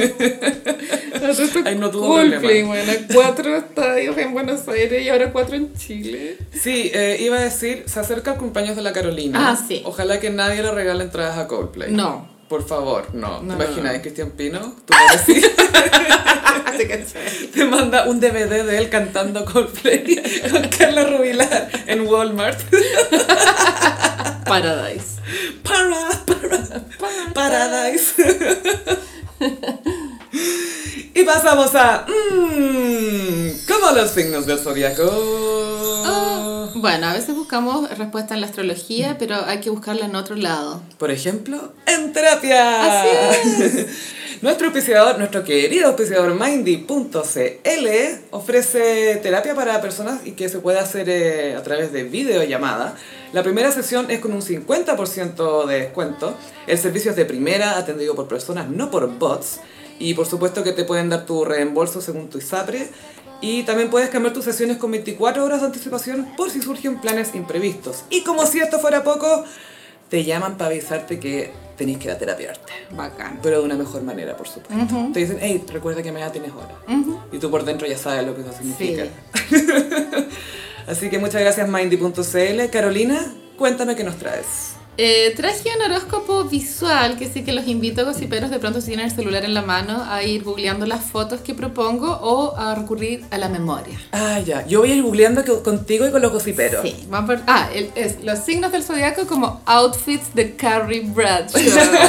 Ahí no tuvo Coldplay, problema. bueno, 4 estadios en Buenos Aires y ahora 4 en Chile. Sí, iba a decir, se acerca el cumpleaños de la Carolina. Ah, sí. Ojalá que nadie le regale entradas a Coldplay. No. Por favor, no. No, ¿Te imaginas? no. Cristian Pino, tú me decís, Te caché. te manda un DVD de él cantando Coldplay con Carla Rubilar en Walmart. Paradise. Paradise. Y pasamos a... ¿cómo los signos del zodiaco? Bueno, a veces buscamos respuesta en la astrología, pero hay que buscarla en otro lado. Por ejemplo, en terapia. Así es. Nuestro querido auspiciador Mindy.cl ofrece terapia para personas y que se puede hacer a través de videollamada. La primera sesión es con un 50% de descuento. El servicio es de primera, atendido por personas, no por bots. Y por supuesto que te pueden dar tu reembolso según tu ISAPRE. Y también puedes cambiar tus sesiones con 24 horas de anticipación por si surgen planes imprevistos. Y como si esto fuera poco, te llaman para avisarte que tenéis que ir a terapiarte. Bacán. Pero de una mejor manera, por supuesto. Te dicen, hey, recuerda que mañana tienes hora. Y tú por dentro ya sabes lo que eso significa. Sí. Así que muchas gracias Mindy.cl. Carolina, cuéntame qué nos traes. Traje un horóscopo visual que sí que los invito a gossiperos de pronto si tienen el celular en la mano a ir googleando las fotos que propongo o a recurrir a la memoria. Ah, ya. Yo voy a ir googleando contigo y con los gossiperos. Sí, vamos a ver. Es los signos del zodiaco como outfits de Carrie Bradshaw.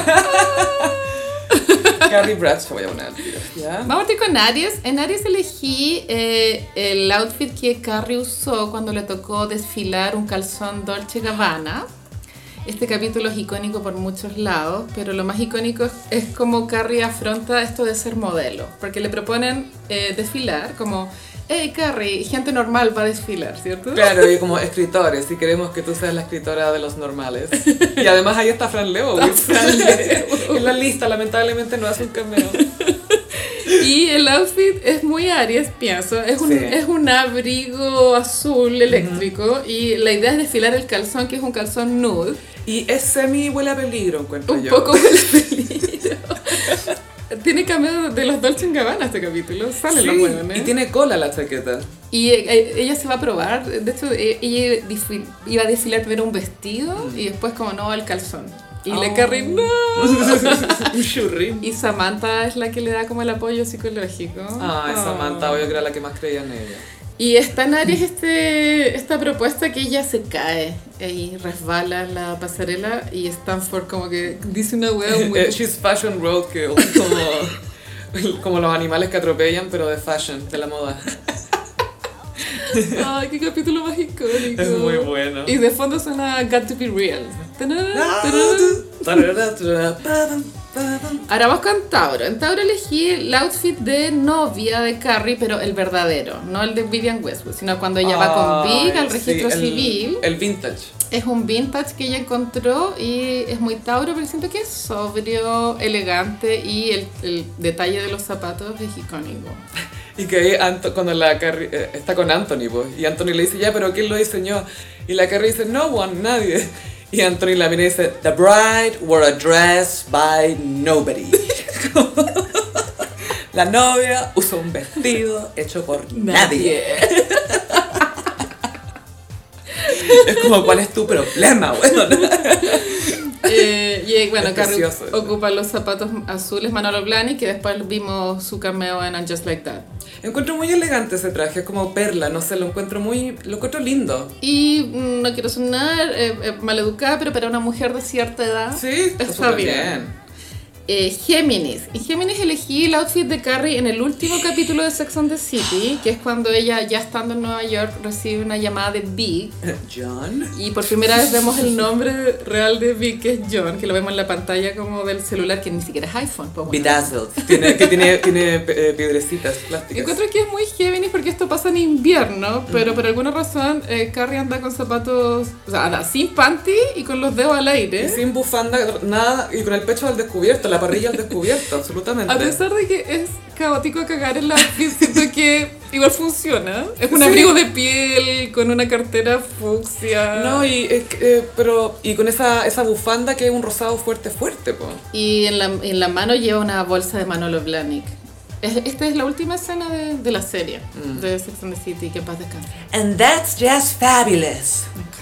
Carrie Bradshaw voy a poner al tiro. ¿Ya? Vamos a partir con Aries. En Aries elegí el outfit que Carrie usó cuando le tocó desfilar un calzón Dolce Gabbana. Este capítulo es icónico por muchos lados, pero lo más icónico es cómo Carrie afronta esto de ser modelo. Porque le proponen desfilar como, hey Carrie, gente normal va a desfilar, ¿cierto? Claro, y como escritores, si queremos que tú seas la escritora de los normales. Y además ahí está Fran Lebowitz. En la lista, lamentablemente no hace un cameo. Y el outfit es muy Aries, pienso. Es un abrigo azul eléctrico y la idea es desfilar el calzón, que es un calzón nude. Y es semi huele a peligro, encuentro Un yo. poco huele a peligro. Tiene cameo de los Dolce Gabbana este capítulo. Salen los hueones. y tiene cola la chaqueta. Y ella se va a probar. De hecho, ella iba a desfilar primero un vestido y después como no, el calzón. Y le Carrie, ¡no! Un churrín. Y Samantha es la que le da como el apoyo psicológico. Samantha, obvio que era la que más creía en ella. Y está en Aries esta propuesta que ella se cae y resbala en la pasarela y Stanford como que dice una wea muy... She's fashion roadkill. Como los animales que atropellan, pero de fashion, de la moda. Ay, qué capítulo más icónico. Es muy bueno. Y de fondo suena Got to Be Real. Ahora vamos con Tauro. En Tauro elegí el outfit de novia de Carrie, pero el verdadero, no el de Vivian Westwood, sino cuando ella va con Big al registro civil. El vintage. Es un vintage que ella encontró y es muy Tauro, pero siento que es sobrio, elegante y el detalle de los zapatos es icónico. Y que ahí cuando la Carrie está con Anthony, pues, y Anthony le dice, ya, pero ¿quién lo diseñó? Y la Carrie dice, no one, nadie. Y Anthony la mira y dice, the bride wore a dress by nobody. La novia usó un vestido hecho por nadie. Es como, ¿cuál es tu problema, weón? Y bueno, Es Carrie precioso. ocupa los zapatos azules Manolo Blahnik, que después vimos su cameo en And Just Like That. Encuentro muy elegante ese traje, es como perla, no sé, lo encuentro lindo. Y no quiero sonar maleducada, pero para una mujer de cierta edad Sí, está súper bien. Géminis. En Géminis elegí el outfit de Carrie en el último capítulo de Sex and the City, que es cuando ella, ya estando en Nueva York, recibe una llamada de Big. John. Y por primera vez vemos el nombre real de Big, que es John, que lo vemos en la pantalla como del celular, que ni siquiera es iPhone. Pues bueno. Bedazzled. Tiene piedrecitas plásticas. Encuentro que es muy Géminis porque esto pasa en invierno, pero por alguna razón Carrie anda con zapatos, o sea, anda sin panty y con los dedos al aire. Y sin bufanda, nada, y con el pecho al descubierto, la parrilla al descubierto, absolutamente. A pesar de que es caótico cagar en la outfit, siento que igual funciona. Es un Sí. abrigo de piel con una cartera fucsia. No, y con esa bufanda que es un rosado fuerte, po. Y en la mano lleva una bolsa de Manolo Blahnik. Esta es la última escena de la serie de Sex and the City, que en paz descanse. And that's just fabulous. Me encanta.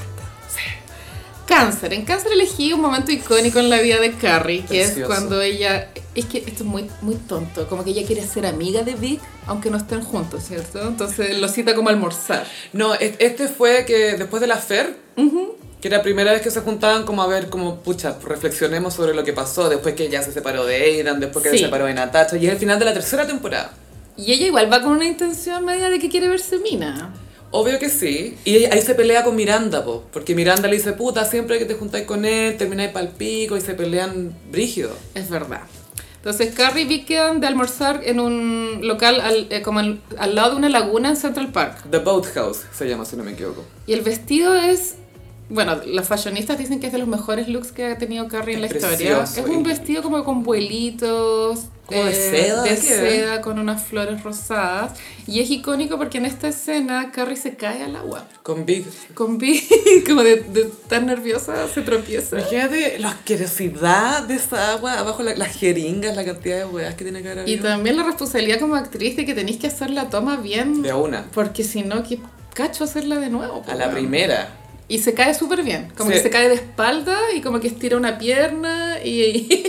Cáncer. En Cáncer elegí un momento icónico en la vida de Carrie, que Precioso. es cuando ella... Es que esto es muy, muy tonto. Como que ella quiere ser amiga de Vic, aunque no estén juntos, ¿cierto? Entonces lo cita como a almorzar. No, este fue que después de la Fer, que era la primera vez que se juntaban como a ver, como, pucha, reflexionemos sobre lo que pasó, después que ella se separó de Aidan, después que Sí. se separó de Natasha, y es el final de la tercera temporada. Y ella igual va con una intención media de que quiere verse mina. Obvio que sí. Y ahí se pelea con Miranda, po, porque Miranda le dice, puta, siempre que te juntáis con él, termináis pa'l pico y se pelean brígido. Es verdad. Entonces Carrie y Vic quedan de almorzar en un local como al lado de una laguna en Central Park. The Boathouse se llama, si no me equivoco. Y el vestido es... Bueno, las fashionistas dicen que es de los mejores looks que ha tenido Carrie en la Es historia. precioso. Es un vestido como con vuelitos. ¿Como de seda? De ¿Qué? seda con unas flores rosadas. Y es icónico porque en esta escena Carrie se cae al agua. Con Big. Con Big, como de tan nerviosa, se tropieza. Imagínate la asquerosidad de esa agua, abajo las jeringas, la cantidad de weas que tiene que haber Y habido. también la responsabilidad como actriz de que tenéis que hacer la toma bien. De una. Porque si no, ¿qué cacho hacerla de nuevo? A la primera. Y se cae súper bien. Como Sí. que se cae de espalda y como que estira una pierna y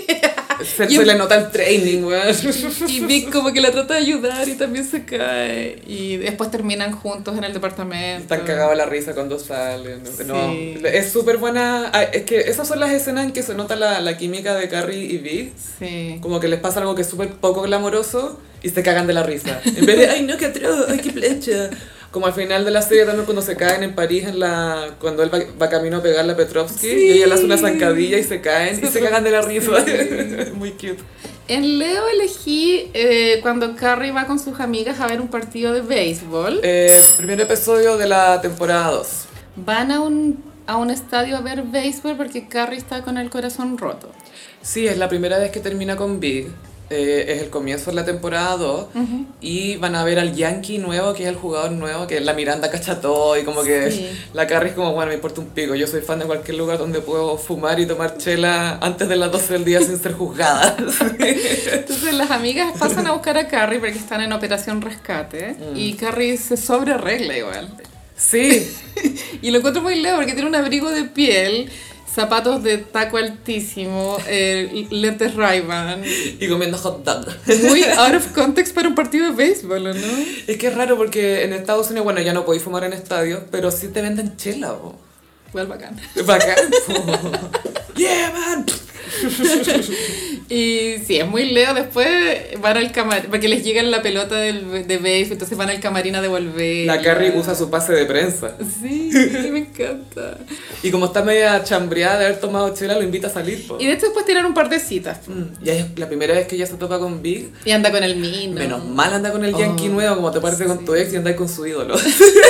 Se le nota el training, weón. y Vic como que la trata de ayudar y también se cae. Y después terminan juntos en el departamento. Están cagados de la risa cuando salen. No, Sí. es súper buena. Es que esas son las escenas en que se nota la química de Carrie y Big. Sí. Como que les pasa algo que es súper poco glamoroso y se cagan de la risa. En vez de, ay no, qué atroz, ay qué plancha. Como al final de la serie también cuando se caen en París, cuando él va camino a pegarle a Petrovsky y ella le hace una zancadilla y se caen y se cagan de la risa. Muy cute. En Leo elegí cuando Carrie va con sus amigas a ver un partido de béisbol. Primer episodio de la temporada 2. Van a un estadio a ver béisbol porque Carrie está con el corazón roto. Sí, es la primera vez que termina con Big. Es el comienzo de la temporada 2 y van a ver al Yankee nuevo, que es el jugador nuevo, que es la Miranda cacha todo y como que Sí. la Carrie es como, bueno, me importa un pico, yo soy fan de cualquier lugar donde puedo fumar y tomar chela antes de las 12 del día sin ser juzgada. Entonces las amigas pasan a buscar a Carrie porque están en operación rescate y Carrie se sobrearregla igual. Sí, Y lo encuentro muy Leo porque tiene un abrigo de piel, zapatos de taco altísimo, lentes Ray-Ban. y comiendo hot dog. Muy out of context para un partido de béisbol, ¿o no? Es que es raro porque en Estados Unidos, bueno, ya no podéis fumar en estadios, pero sí te venden chela, po. Igual bacán. Bacán, po. Yeah, man. Y sí, es muy Leo. Después van al camarín, porque les llega la pelota de béisbol, entonces van al camarín a devolver. La Carrie usa su pase de prensa. Sí, me encanta. Y como está media chambreada de haber tomado chela, lo invita a salir, po. Y de hecho después tienen un par de citas. Ya es la primera vez que ella se topa con Big. Y anda con el Mino. Menos mal anda con el yankee nuevo, como te parece con tu ex y andas con su ídolo.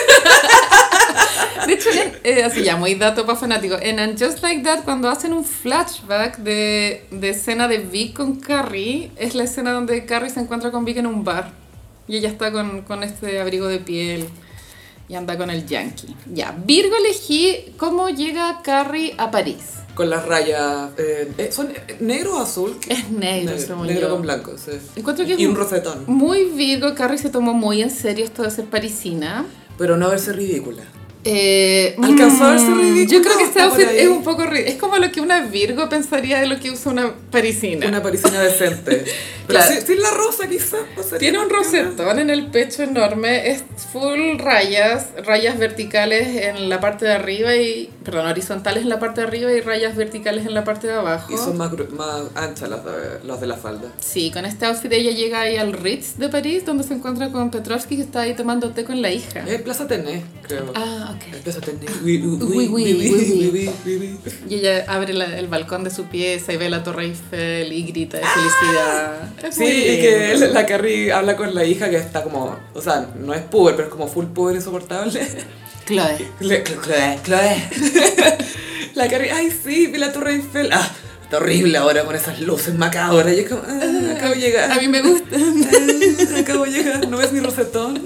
De hecho, así ya, muy dato para fanáticos. En And Just Like That, cuando hacen un flashback de escena de Vic con Carrie, es la escena donde Carrie se encuentra con Vic en un bar. Y ella está con este abrigo de piel y anda con el yankee. Ya, Virgo elegí cómo llega Carrie a París. Con las rayas. ¿Son negro o azul? Es negro, según negro yo. con blanco, sí. Encuentro que Y es un rosetón. muy Virgo. Carrie se tomó muy en serio esto de ser parisina. Pero no verse ridícula. ¿Alcanzó a verse ridícula? Yo creo que este ¿Está por outfit ahí? es un poco es como lo que una Virgo pensaría de lo que usa una parisina. Una parisina decente. Pero Claro. sin la rosa quizás. Tiene un rosetón en el pecho enorme, es full rayas verticales en la parte de arriba y, perdón, horizontales en la parte de arriba y rayas verticales en la parte de abajo. Y son más anchas las de la falda. Sí, con este outfit ella llega ahí al Ritz de París, donde se encuentra con Petrovsky, que está ahí tomando té con la hija. Plaza Tené, creo. Ah, ok. Plaza Tené. Y ella abre el balcón de su pieza y ve la Torre Eiffel y grita de felicidad. Es Sí, muy y lindo. que la Carrie habla con la hija que está como, o sea, no es puber, pero es como full puber insoportable. Chloe. Chloe. La Carrie, ay sí, vi la Torre Eiffel. Ah, está horrible ahora con esas luces macabras. Y es como, acabo de llegar. A mí me gusta. Acabo de llegar, ¿no ves mi rosetón?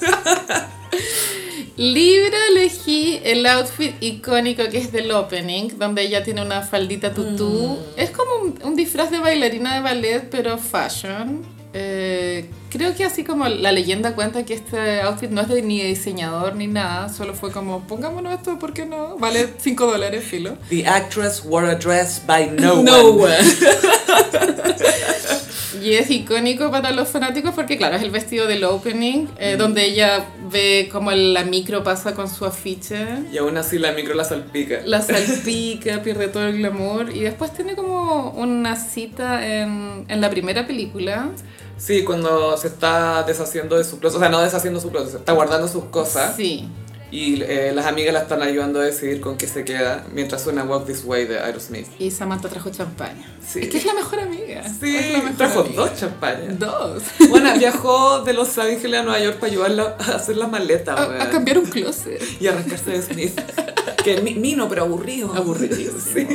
Libra elegí el outfit icónico que es del opening, donde ella tiene una faldita tutú. Es como un disfraz de bailarina de ballet, pero fashion. Creo que así como la leyenda cuenta que este outfit no es de ni diseñador ni nada, solo fue como, pongámonos esto, ¿por qué no? Vale $5, filo. The actress wore a dress by no one. Y es icónico para los fanáticos porque, claro, es el vestido del opening, donde ella ve como la micro pasa con su afiche. Y aún así la micro la salpica. La salpica, pierde todo el glamour. Y después tiene como una cita en la primera película. Sí, cuando se está deshaciendo de su closet, o sea, no deshaciendo su closet, se está guardando sus cosas. Sí. Y las amigas la están ayudando a decidir con qué se queda mientras suena Walk This Way de Aerosmith. Y Samantha trajo champaña. Sí. Es que es la mejor amiga. Sí, es la mejor trajo amiga. 2 champañas. 2. Bueno, viajó de Los Ángeles a Nueva York para ayudarla a hacer las maletas, A weón. cambiar un closet. Y arrancarse de Smith. Que mino, pero aburrido. Aburridísimo. Sí.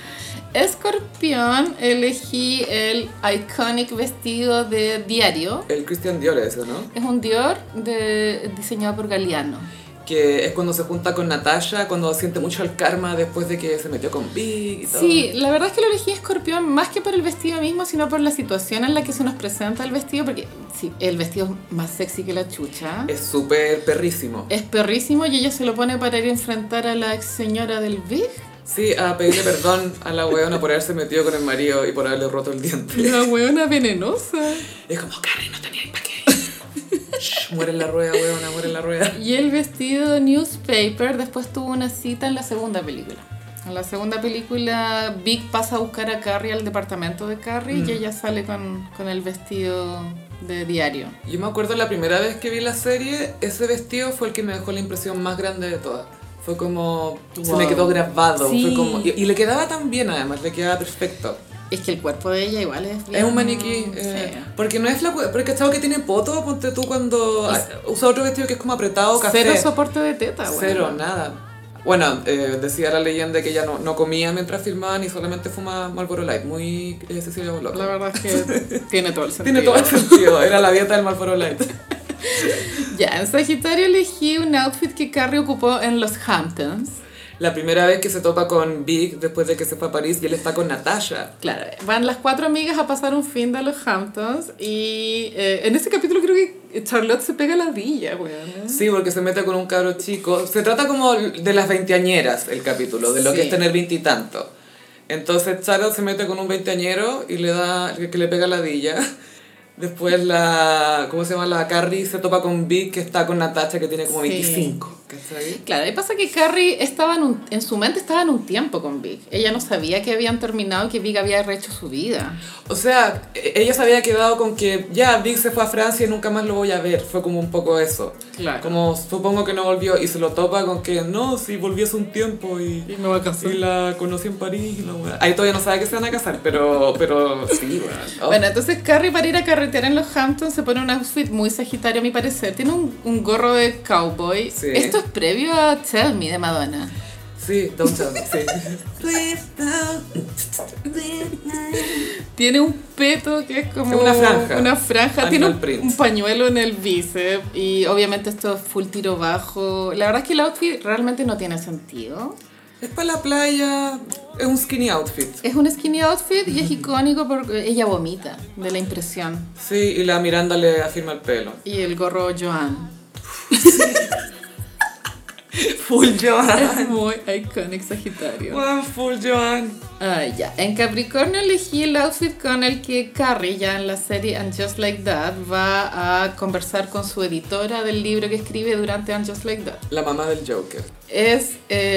Escorpión, elegí el iconic vestido de Diario. El Christian Dior ese, ¿no? Es un Dior diseñado por Galliano. Que es cuando se junta con Natasha, cuando siente mucho el karma después de que se metió con Big y todo. Sí, la verdad es que lo elegí Escorpión más que por el vestido mismo, sino por la situación en la que se nos presenta el vestido, porque sí, el vestido es más sexy que la chucha. Es súper perrísimo. Es perrísimo y ella se lo pone para ir a enfrentar a la ex señora del Big. Sí, a pedirle perdón a la weona por haberse metido con el marido y por haberle roto el diente. La hueona venenosa. Es como, Carrie, no tenía para qué. Shh, muere en la rueda, weona, muere en la rueda. Y el vestido Newspaper después tuvo una cita en la segunda película. En la segunda película, Vic pasa a buscar a Carrie al departamento de Carrie y ella sale con el vestido de Diario. Yo me acuerdo la primera vez que vi la serie, ese vestido fue el que me dejó la impresión más grande de todas. Fue como, se me quedó grabado. Sí. Fue como, y le quedaba tan bien además, le quedaba perfecto. Es que el cuerpo de ella igual es bien... Es un maniquí, Sí. porque no es la... Porque ¿sabes que tiene poto? Ponte tú cuando usa otro vestido que es como apretado, café. Cero soporte de teta, güey. Cero, nada. Bueno, decía la leyenda que ella no comía mientras filmaban y solamente fumaba Marlboro Light. Muy Cecilia Boloco. La verdad es que tiene todo el sentido. Tiene todo el sentido, era la dieta del Marlboro Light. Ya, en Sagitario elegí un outfit que Carrie ocupó en los Hamptons. La primera vez que se topa con Big después de que se fue a París y él está con Natasha. Claro, van las 4 amigas a pasar un fin de los Hamptons y en ese capítulo creo que Charlotte se pega la villa, weón. Sí, porque se mete con un cabro chico. Se trata como de las veinteañeras el capítulo, de lo que Sí. es tener 20 y tanto. Entonces Charlotte se mete con un veinteañero y le da que le pega la villa. Después ¿cómo se llama? La Carrie se topa con Big que está con Natasha que tiene como Sí. 25. ¿cachai? Claro, y pasa que Carrie estaba en su mente estaba en un tiempo con Vic. Ella no sabía que habían terminado y que Vic había rehecho su vida. O sea, ella se había quedado con que ya Vic se fue a Francia y nunca más lo voy a ver. Fue como un poco eso. Claro. Como supongo que no volvió y se lo topa con que no, si volvió hace un tiempo y me va a casar. y la conocí en París y la weá. Ahí todavía no sabe que se van a casar, pero sí, weá. Oh. Bueno, entonces Carrie para ir a carretear en los Hamptons se pone un outfit muy sagitario a mi parecer. Tiene un gorro de cowboy. Sí. Esto es previo a Tell Me de Madonna. Sí, Don't Tell Me, sí. Tiene un peto que es como Es una franja. Una franja. Animal Tiene print. un pañuelo en el bíceps. Y obviamente esto es full tiro bajo. La verdad es que el outfit realmente no tiene sentido. Es para la playa, es un skinny outfit. Es un skinny outfit y es icónico porque ella vomita de la impresión. Sí, y la Miranda le afirma el pelo. Y el gorro Joan. Full Joan. Es muy iconic Sagitario. Wow, full Joan. Ah, ya. En Capricornio elegí el outfit con el que Carrie, ya en la serie And Just Like That, va a conversar con su editora del libro que escribe durante And Just Like That. La mamá del Joker. Es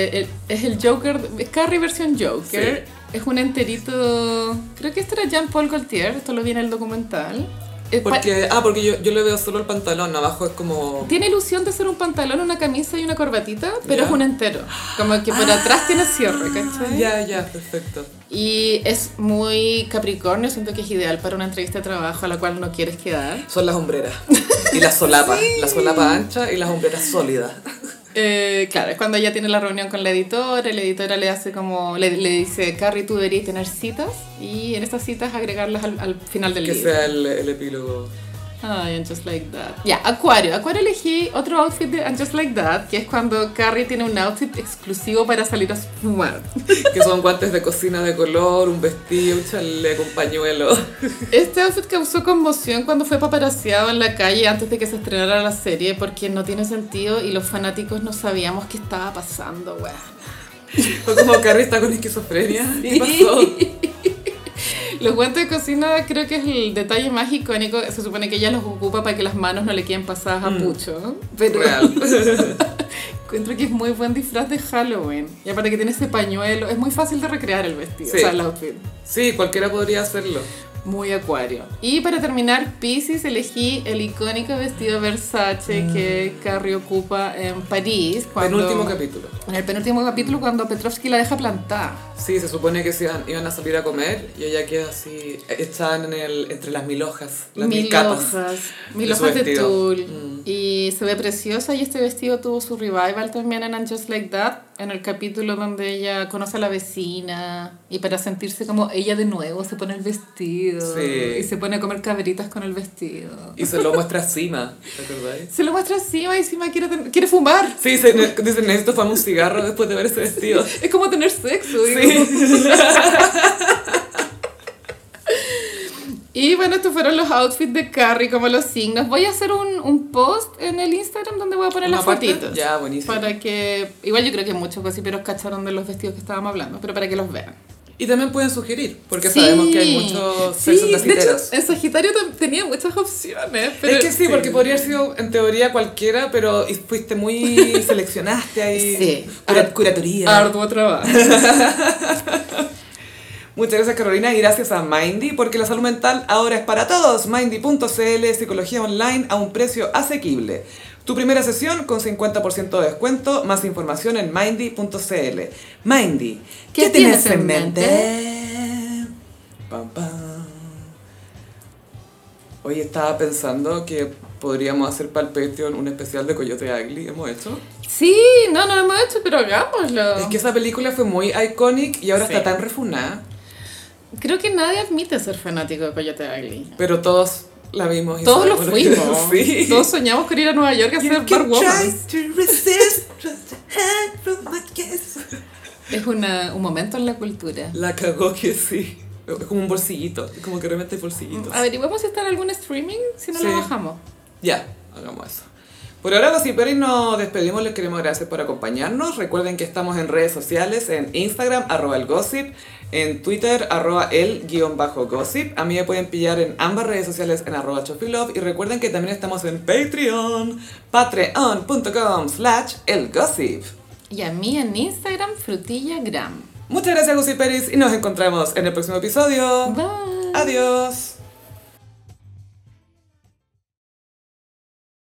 el Joker, es Carrie versión Joker. Sí. Es un enterito, creo que este era Jean-Paul Gaultier, esto lo vi en el documental. Porque yo le veo solo el pantalón, abajo es como... Tiene ilusión de ser un pantalón, una camisa y una corbatita, pero es un entero. Como que por atrás tiene cierre, ¿cachai? Ya, perfecto. Y es muy Capricornio, siento que es ideal para una entrevista de trabajo a la cual no quieres quedar. Son las hombreras. Y las solapas. La solapa ancha y las hombreras sólidas. Claro, es cuando ella tiene la reunión con la editora y la editora le hace como, le dice, Carrie, tú deberías tener citas y en estas citas agregarlas al final del Que libro. sea el epílogo. Ay, And Just Like That. Ya, Acuario. Acuario elegí otro outfit de And Just Like That, que es cuando Carrie tiene un outfit exclusivo para salir a fumar. Que son guantes de cocina de color, un vestido, un chaleco, un pañuelo. Este outfit causó conmoción cuando fue paparazziado en la calle antes de que se estrenara la serie, porque no tiene sentido y los fanáticos no sabíamos qué estaba pasando, weón. Fue como Carrie está con esquizofrenia. ¿Qué pasó? Los guantes de cocina creo que es el detalle más icónico. Se supone que ella los ocupa para que las manos no le queden pasadas a pucho, ¿no? Pero Real. encuentro que es muy buen disfraz de Halloween. Y aparte que tiene ese pañuelo, es muy fácil de recrear el vestido, Sí. o sea, el outfit. Sí, cualquiera podría hacerlo. Muy Acuario. Y para terminar, Piscis, elegí el icónico vestido Versace que Carrie ocupa en París. Penúltimo capítulo. En el penúltimo capítulo cuando Petrovsky la deja plantada. Sí, se supone que iban a salir a comer y ella queda así, estaban entre las mil hojas, las mil capas. Mil de su hojas de vestido. tul. Y se ve preciosa y este vestido tuvo su revival también en And Just Like That, en el capítulo donde ella conoce a la vecina y para sentirse como ella de nuevo se pone el vestido Sí. y se pone a comer cabritas con el vestido. Y se lo muestra a Sima, ¿te acordáis? Se lo muestra encima y encima quiere fumar. Sí, dice, necesito fumar un cigarro después de ver ese vestido. Es como tener sexo. Sí. Y bueno, estos fueron los outfits de Carrie, como los signos. Voy a hacer un post en el Instagram donde voy a poner ¿Una las parte? fotitos. Ya, buenísimo. Para que, igual yo creo que muchos gossiperos cacharon de los vestidos que estábamos hablando, pero para que los vean. Y también pueden sugerir, porque sabemos que hay muchos sexos de hecho, taciteros. en Sagitario tenía muchas opciones. Pero Es que sí, porque podría haber sido en teoría cualquiera, pero fuiste muy... seleccionaste ahí. Sí. Curatoría. Arduo trabajo. Muchas gracias Carolina y gracias a Mindy, porque la salud mental ahora es para todos. Mindy.cl, psicología online a un precio asequible. Tu primera sesión con 50% de descuento, más información en Mindy.cl. Mindy, ¿Qué tienes en mente? Pam, pam. Hoy estaba pensando que podríamos hacer para el Patreon un especial de Coyote Ugly. ¿Hemos hecho? Sí, no lo hemos hecho, pero hagámoslo. Es que esa película fue muy iconic y ahora Sí. está tan refunada, Creo que nadie admite ser fanático de Coyote Ugly. pero todos la vimos. Y Todos lo sabemos que- fuimos. Sí. Todos soñamos con ir a Nueva York a hacer bar woman. Es un momento en la cultura. La cagó que sí. Es como un bolsillito. Es como que realmente hay bolsillitos. Averiguemos si está en algún streaming, si no Sí. lo bajamos. Ya, hagamos eso. Por ahora, Gossiperis, nos despedimos. Les queremos agradecer por acompañarnos. Recuerden que estamos en redes sociales, en Instagram, @elgossip, en Twitter, @el_gossip. A mí me pueden pillar en ambas redes sociales en @chofilove. Y recuerden que también estamos en Patreon, patreon.com/elgossip. Y a mí en Instagram, frutillagram. Muchas gracias, Gossiperis, y nos encontramos en el próximo episodio. Bye. Adiós.